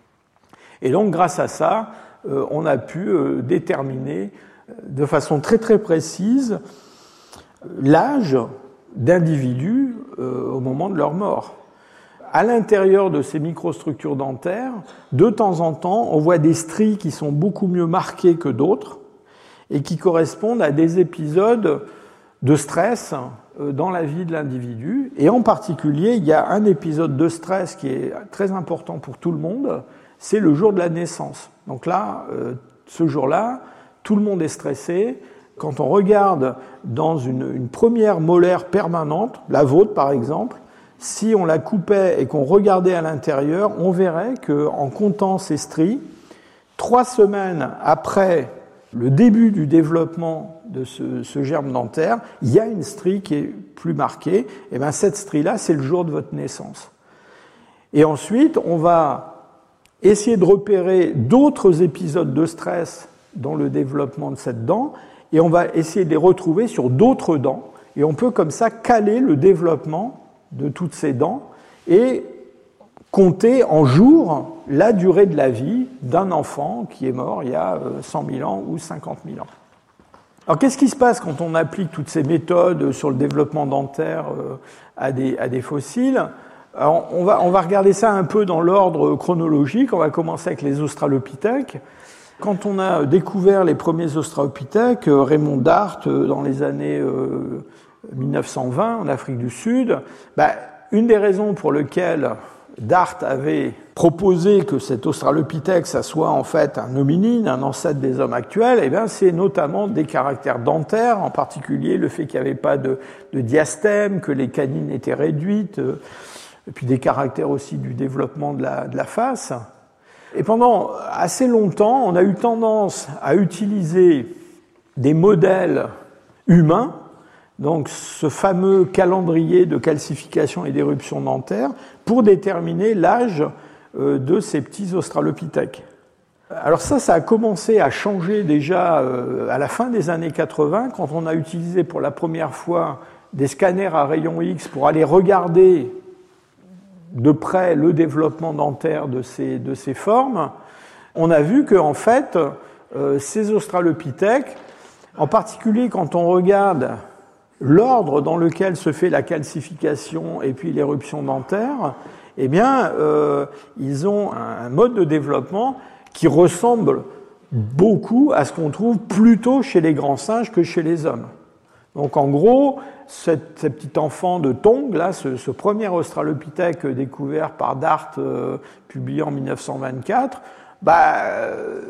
Et donc, grâce à ça, euh, on a pu euh, déterminer de façon très très précise l'âge d'individus euh, au moment de leur mort. À l'intérieur de ces microstructures dentaires, de temps en temps, on voit des stries qui sont beaucoup mieux marquées que d'autres et qui correspondent à des épisodes de stress dans la vie de l'individu. Et en particulier, il y a un épisode de stress qui est très important pour tout le monde, c'est le jour de la naissance. Donc là, ce jour-là, tout le monde est stressé. Quand on regarde dans une, une première molaire permanente, la vôtre par exemple, si on la coupait et qu'on regardait à l'intérieur, on verrait qu'en comptant ces stries, trois semaines après le début du développement de ce, ce germe dentaire, il y a une strie qui est plus marquée. Et bien cette strie-là, c'est le jour de votre naissance. Et ensuite, on va essayer de repérer d'autres épisodes de stress dans le développement de cette dent, et on va essayer de les retrouver sur d'autres dents. Et on peut comme ça caler le développement de toutes ces dents et compter en jours la durée de la vie d'un enfant qui est mort il y a cent mille ans ou cinquante mille ans. Alors qu'est-ce qui se passe quand on applique toutes ces méthodes sur le développement dentaire euh, à, des, à des fossiles? Alors, on va, on va regarder ça un peu dans l'ordre chronologique. On va commencer avec les australopithèques. Quand on a découvert les premiers australopithèques, Raymond Dart, dans les années euh, mille neuf cent vingt en Afrique du Sud, bah, une des raisons pour lesquelles Dart avait proposé que cet australopithèque, ça soit en fait un hominine, un ancêtre des hommes actuels, eh bien, c'est notamment des caractères dentaires, en particulier le fait qu'il n'y avait pas de, de diastème, que les canines étaient réduites, euh, et puis des caractères aussi du développement de la, de la face. Et pendant assez longtemps, on a eu tendance à utiliser des modèles humains, donc ce fameux calendrier de calcification et d'éruption dentaire, pour déterminer l'âge de ces petits australopithèques. Alors ça, ça a commencé à changer déjà à la fin des années quatre-vingts, quand on a utilisé pour la première fois des scanners à rayons X pour aller regarder de près le développement dentaire de ces, de ces formes. On a vu qu'en fait, euh, ces australopithèques, en particulier quand on regarde l'ordre dans lequel se fait la calcification et puis l'éruption dentaire, eh bien, euh, ils ont un mode de développement qui ressemble beaucoup à ce qu'on trouve plutôt chez les grands singes que chez les hommes. Donc, en gros, cette, ce petit enfant de Tongue, là, ce, ce premier australopithèque découvert par Dart, euh, publié en mille neuf cent vingt-quatre, bah, euh,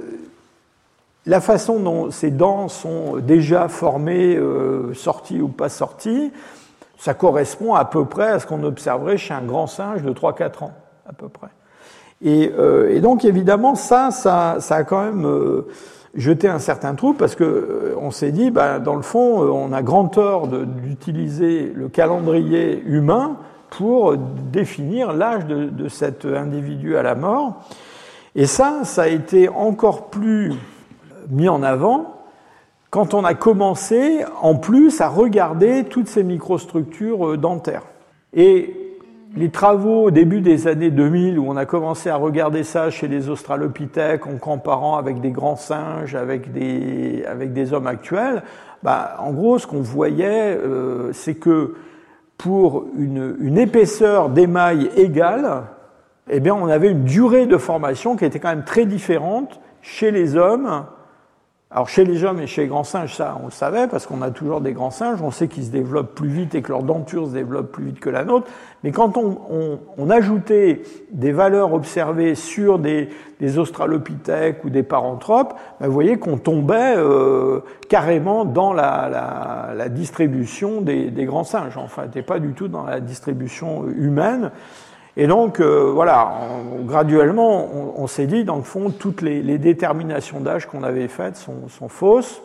la façon dont ces dents sont déjà formées, euh, sorties ou pas sorties, ça correspond à peu près à ce qu'on observerait chez un grand singe de trois à quatre ans, à peu près. Et, euh, et donc, évidemment, ça, ça, ça a quand même euh, jeté un certain trou, parce que euh, on s'est dit, bah, dans le fond, euh, on a grand tort de, d'utiliser le calendrier humain pour définir l'âge de, de cet individu à la mort. Et ça, ça a été encore plus mis en avant quand on a commencé, en plus, à regarder toutes ces microstructures dentaires. Et les travaux au début des années deux mille, où on a commencé à regarder ça chez les australopithèques, en comparant avec des grands singes, avec des, avec des hommes actuels, bah, en gros, ce qu'on voyait, euh, c'est que pour une, une épaisseur d'émail égale, eh bien, on avait une durée de formation qui était quand même très différente chez les hommes. Alors, chez les hommes et chez les grands singes, ça, on le savait, parce qu'on a toujours des grands singes, on sait qu'ils se développent plus vite et que leur denture se développe plus vite que la nôtre. Mais quand on, on, on ajoutait des valeurs observées sur des, des australopithèques ou des paranthropes, ben vous voyez qu'on tombait euh, carrément dans la, la, la distribution des, des grands singes. Enfin, on n'était pas du tout dans la distribution humaine. Et donc, euh, voilà, on, graduellement, on, on s'est dit, dans le fond, toutes les, les déterminations d'âge qu'on avait faites sont, sont fausses.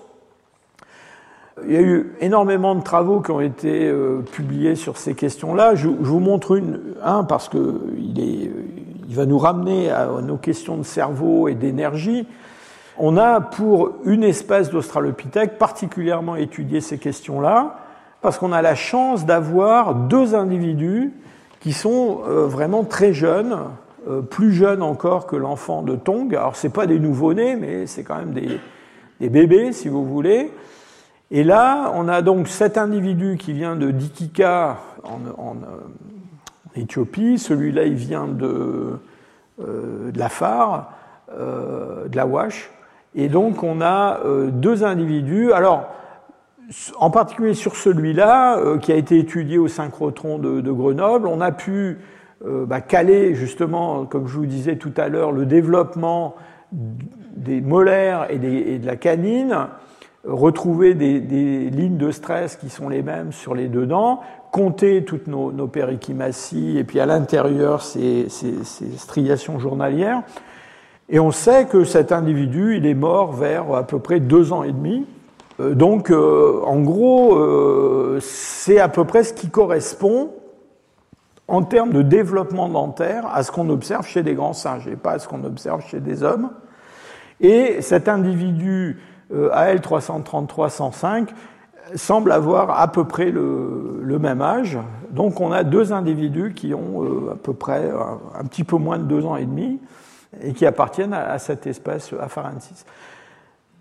Il y a eu énormément de travaux qui ont été euh, publiés sur ces questions-là. Je, je vous montre une, un parce que il, est, il va nous ramener à nos questions de cerveau et d'énergie. On a, pour une espèce d'australopithèque, particulièrement étudié ces questions-là, parce qu'on a la chance d'avoir deux individus qui sont euh, vraiment très jeunes, euh, plus jeunes encore que l'enfant de Tongue. Alors, ce n'est pas des nouveau-nés, mais c'est quand même des, des bébés, si vous voulez. Et là, on a donc cet individu qui vient de Dikika, en, en, en Éthiopie. Celui-là, il vient de, euh, de l'Afar, euh, de l'Awash. Et donc, on a euh, deux individus. Alors, en particulier sur celui-là, euh, qui a été étudié au synchrotron de, de Grenoble, on a pu euh, bah, caler justement, comme je vous disais tout à l'heure, le développement des molaires et, des, et de la canine, euh, retrouver des, des lignes de stress qui sont les mêmes sur les deux dents, compter toutes nos, nos périchimaties et puis à l'intérieur ces, ces, ces striations journalières. Et on sait que cet individu, il est mort vers à peu près deux ans et demi. Donc, euh, en gros, euh, c'est à peu près ce qui correspond, en termes de développement dentaire, à ce qu'on observe chez des grands singes, et pas à ce qu'on observe chez des hommes. Et cet individu, euh, A L trois cent trente-trois cent cinq, semble avoir à peu près le, le même âge. Donc, on a deux individus qui ont euh, à peu près un, un petit peu moins de deux ans et demi, et qui appartiennent à, à cette espèce Afarensis.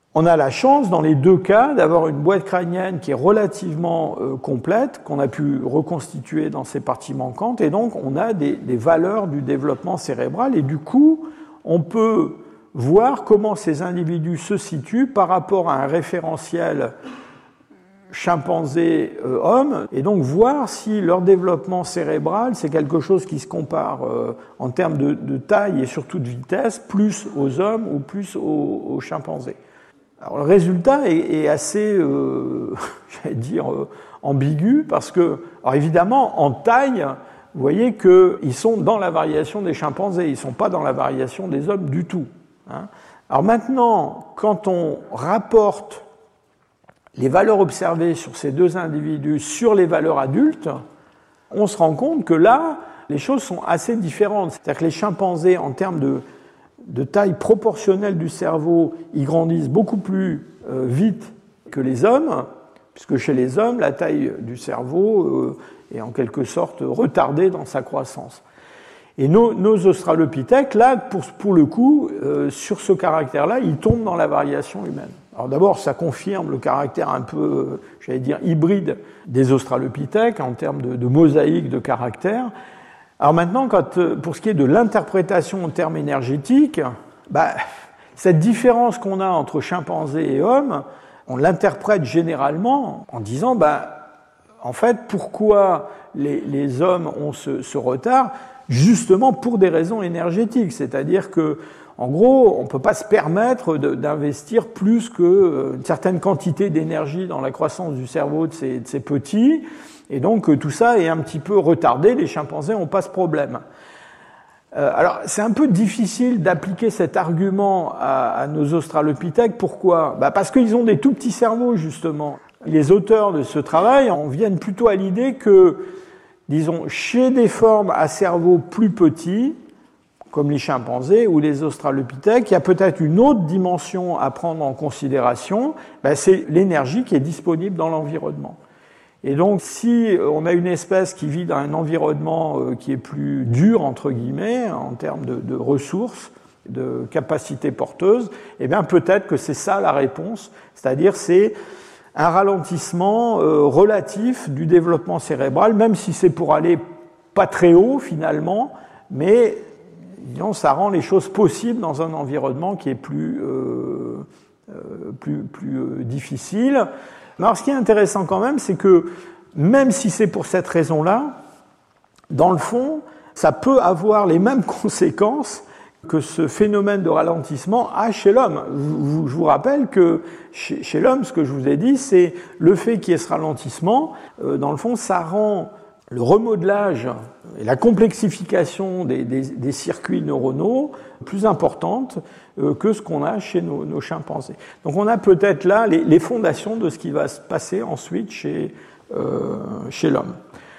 On a la chance, dans les deux cas, d'avoir une boîte crânienne qui est relativement euh, complète, qu'on a pu reconstituer dans ses parties manquantes, et donc on a des, des valeurs du développement cérébral, et du coup, on peut voir comment ces individus se situent par rapport à un référentiel chimpanzé-homme, euh, et donc voir si leur développement cérébral, c'est quelque chose qui se compare euh, en termes de, de taille et surtout de vitesse, plus aux hommes ou plus aux, aux chimpanzés. Alors, le résultat est, est assez, euh, j'allais dire, euh, ambigu, parce que, alors évidemment, en taille, vous voyez qu'ils sont dans la variation des chimpanzés, ils ne sont pas dans la variation des hommes du tout. Hein. Alors maintenant, quand on rapporte les valeurs observées sur ces deux individus sur les valeurs adultes, on se rend compte que là, les choses sont assez différentes. C'est-à-dire que les chimpanzés, en termes de de taille proportionnelle du cerveau, ils grandissent beaucoup plus euh, vite que les hommes, puisque chez les hommes, la taille du cerveau euh, est en quelque sorte retardée dans sa croissance. Et nos, nos australopithèques, là, pour, pour le coup, euh, sur ce caractère-là, ils tombent dans la variation humaine. Alors d'abord, ça confirme le caractère un peu, euh, j'allais dire, hybride des australopithèques en termes de, de mosaïque de caractère. Alors maintenant, quand, pour ce qui est de l'interprétation en termes énergétiques, bah, cette différence qu'on a entre chimpanzés et hommes, on l'interprète généralement en disant, bah, en fait, pourquoi les, les hommes ont ce, ce retard? Justement pour des raisons énergétiques, c'est-à-dire que, en gros, on ne peut pas se permettre de, d'investir plus qu'une certaine quantité d'énergie dans la croissance du cerveau de ces, de ces petits. Et donc, tout ça est un petit peu retardé, les chimpanzés n'ont pas ce problème. Euh, alors, c'est un peu difficile d'appliquer cet argument à, à nos australopithèques. Pourquoi ? Bah parce qu'ils ont des tout petits cerveaux, justement. Les auteurs de ce travail en viennent plutôt à l'idée que, disons, chez des formes à cerveau plus petits, comme les chimpanzés ou les australopithèques, il y a peut-être une autre dimension à prendre en considération, bah c'est l'énergie qui est disponible dans l'environnement. Et donc, si on a une espèce qui vit dans un environnement qui est plus dur, entre guillemets, en termes de, de ressources, de capacités porteuses, eh bien, peut-être que c'est ça la réponse, c'est-à-dire c'est un ralentissement euh, relatif du développement cérébral, même si c'est pour aller pas très haut, finalement, mais disons, ça rend les choses possibles dans un environnement qui est plus, euh, euh, plus, plus euh, difficile. Alors, ce qui est intéressant quand même, c'est que même si c'est pour cette raison-là, dans le fond, ça peut avoir les mêmes conséquences que ce phénomène de ralentissement a chez l'homme. Je vous rappelle que chez, chez l'homme, ce que je vous ai dit, c'est le fait qu'il y ait ce ralentissement, euh, dans le fond, ça rend le remodelage et la complexification des, des, des circuits neuronaux plus importante euh, que ce qu'on a chez nos, nos chimpanzés. Donc on a peut-être là les, les fondations de ce qui va se passer ensuite chez, euh, chez l'homme.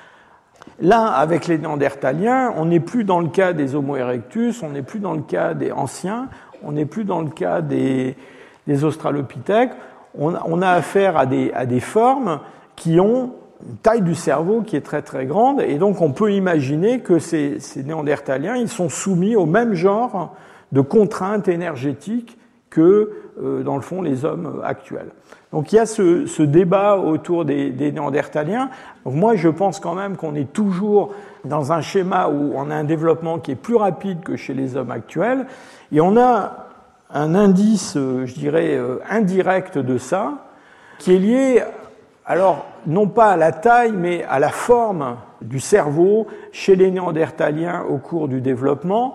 Là, avec les Néandertaliens, on n'est plus dans le cas des Homo erectus, on n'est plus dans le cas des anciens, on n'est plus dans le cas des, des Australopithèques. On, on a affaire à des, à des formes qui ont une taille du cerveau qui est très très grande, et donc on peut imaginer que ces, ces Néandertaliens, ils sont soumis au même genre de contraintes énergétiques que, euh, dans le fond, les hommes actuels. Donc il y a ce, ce débat autour des, des Néandertaliens. Donc moi, je pense quand même qu'on est toujours dans un schéma où on a un développement qui est plus rapide que chez les hommes actuels, et on a un indice, je dirais, indirect de ça, qui est lié, alors, non pas à la taille, mais à la forme du cerveau chez les Néandertaliens au cours du développement.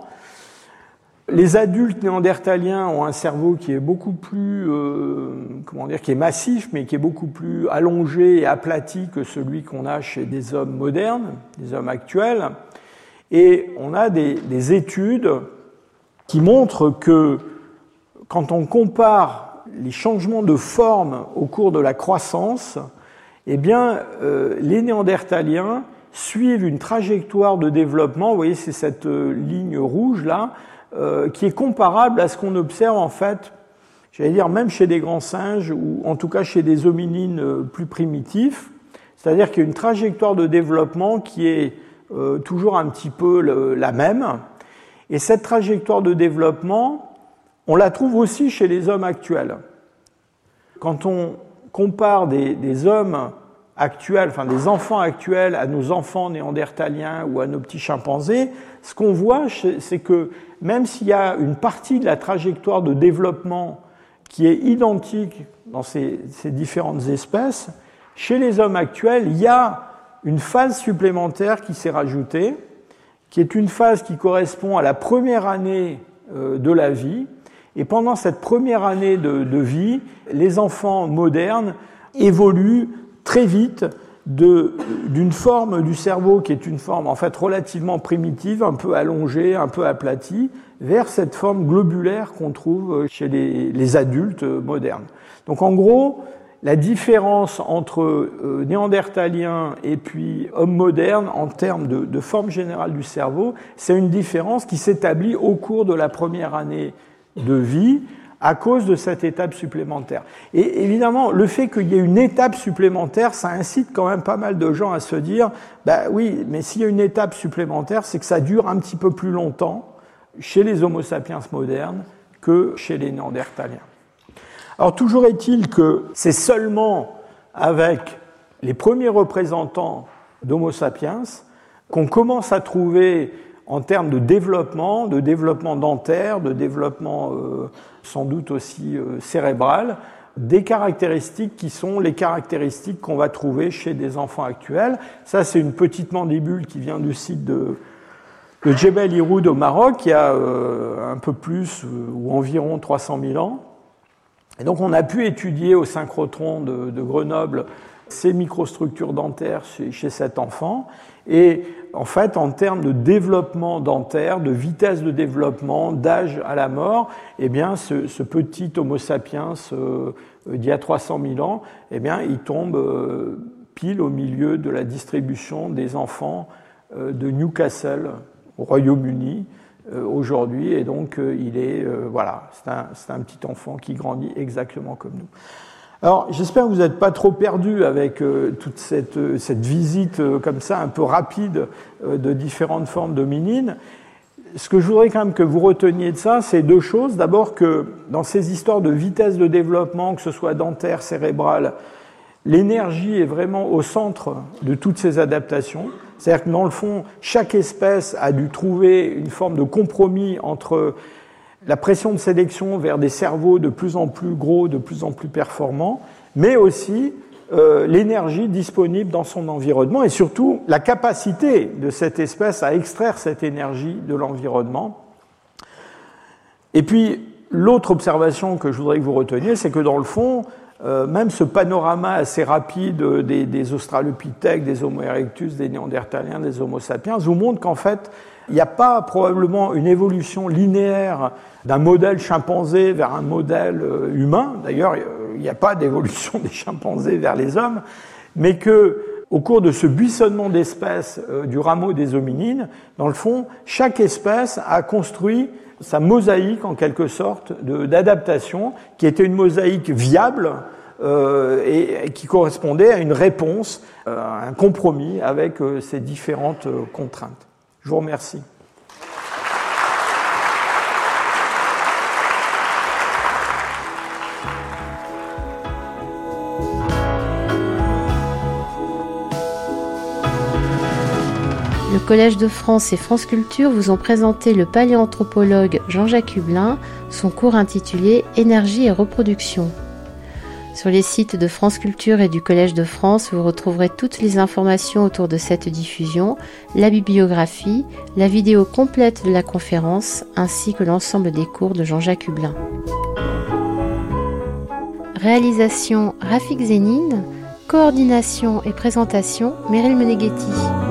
Les adultes néandertaliens ont un cerveau qui est beaucoup plus, euh, comment dire, qui est massif, mais qui est beaucoup plus allongé et aplati que celui qu'on a chez des hommes modernes, des hommes actuels. Et on a des, des études qui montrent que quand on compare les changements de forme au cours de la croissance, eh bien, euh, les Néandertaliens suivent une trajectoire de développement, vous voyez, c'est cette euh, ligne rouge là, euh, qui est comparable à ce qu'on observe en fait, j'allais dire même chez des grands singes, ou en tout cas chez des hominines euh, plus primitifs, c'est-à-dire qu'il y a une trajectoire de développement qui est euh, toujours un petit peu le, la même, et cette trajectoire de développement, on la trouve aussi chez les hommes actuels. quand on compare des, des hommes actuels, enfin des enfants actuels à nos enfants néandertaliens ou à nos petits chimpanzés, ce qu'on voit, c'est que même s'il y a une partie de la trajectoire de développement qui est identique dans ces, ces différentes espèces, chez les hommes actuels, il y a une phase supplémentaire qui s'est rajoutée, qui est une phase qui correspond à la première année de la vie. Et pendant cette première année de, de vie, les enfants modernes évoluent très vite de, d'une forme du cerveau qui est une forme en fait relativement primitive, un peu allongée, un peu aplatie, vers cette forme globulaire qu'on trouve chez les, les adultes modernes. Donc en gros, la différence entre euh, néandertaliens et puis hommes modernes en termes de, de forme générale du cerveau, c'est une différence qui s'établit au cours de la première année de vie à cause de cette étape supplémentaire. Et évidemment, le fait qu'il y ait une étape supplémentaire, ça incite quand même pas mal de gens à se dire bah oui, mais s'il y a une étape supplémentaire, c'est que ça dure un petit peu plus longtemps chez les Homo sapiens modernes que chez les néandertaliens. Alors toujours est-il que c'est seulement avec les premiers représentants d'Homo sapiens qu'on commence à trouver en termes de développement, de développement dentaire, de développement euh, sans doute aussi euh, cérébral, des caractéristiques qui sont les caractéristiques qu'on va trouver chez des enfants actuels. Ça, c'est une petite mandibule qui vient du site de, de Djebel Irhoud au Maroc, qui a euh, un peu plus euh, ou environ trois cent mille ans. Et donc on a pu étudier au synchrotron de, de Grenoble ces microstructures dentaires chez, chez cet enfant. Et en fait, en termes de développement dentaire, de vitesse de développement, d'âge à la mort, eh bien, ce, ce petit Homo sapiens euh, d'il y a trois cent mille ans, eh bien, il tombe euh, pile au milieu de la distribution des enfants euh, de Newcastle au Royaume-Uni euh, aujourd'hui. Et donc, euh, il est, euh, voilà, c'est un, c'est un petit enfant qui grandit exactement comme nous. Alors, j'espère que vous n'êtes pas trop perdus avec euh, toute cette, euh, cette visite euh, comme ça, un peu rapide euh, de différentes formes d'hominines. Ce que je voudrais quand même que vous reteniez de ça, c'est deux choses. D'abord que dans ces histoires de vitesse de développement, que ce soit dentaire, cérébral, l'énergie est vraiment au centre de toutes ces adaptations. C'est-à-dire que dans le fond, chaque espèce a dû trouver une forme de compromis entre la pression de sélection vers des cerveaux de plus en plus gros, de plus en plus performants, mais aussi euh, l'énergie disponible dans son environnement et surtout la capacité de cette espèce à extraire cette énergie de l'environnement. Et puis, l'autre observation que je voudrais que vous reteniez, c'est que dans le fond, euh, même ce panorama assez rapide des, des Australopithèques, des Homo erectus, des Néandertaliens, des Homo sapiens, vous montre qu'en fait, il n'y a pas probablement une évolution linéaire d'un modèle chimpanzé vers un modèle humain. D'ailleurs, il n'y a pas d'évolution des chimpanzés vers les hommes, mais que, au cours de ce buissonnement d'espèces du rameau des hominines, dans le fond, chaque espèce a construit sa mosaïque, en quelque sorte, de, d'adaptation, qui était une mosaïque viable euh, et, et qui correspondait à une réponse, euh, à un compromis avec euh, ces différentes euh, contraintes. Je vous remercie. Le Collège de France et France Culture vous ont présenté le paléanthropologue Jean-Jacques Hublin, son cours intitulé « Énergie et reproduction ». Sur les sites de France Culture et du Collège de France, vous retrouverez toutes les informations autour de cette diffusion, la bibliographie, la vidéo complète de la conférence, ainsi que l'ensemble des cours de Jean-Jacques Hublin. Réalisation Rafik Zénine, coordination et présentation Meryl Meneghetti.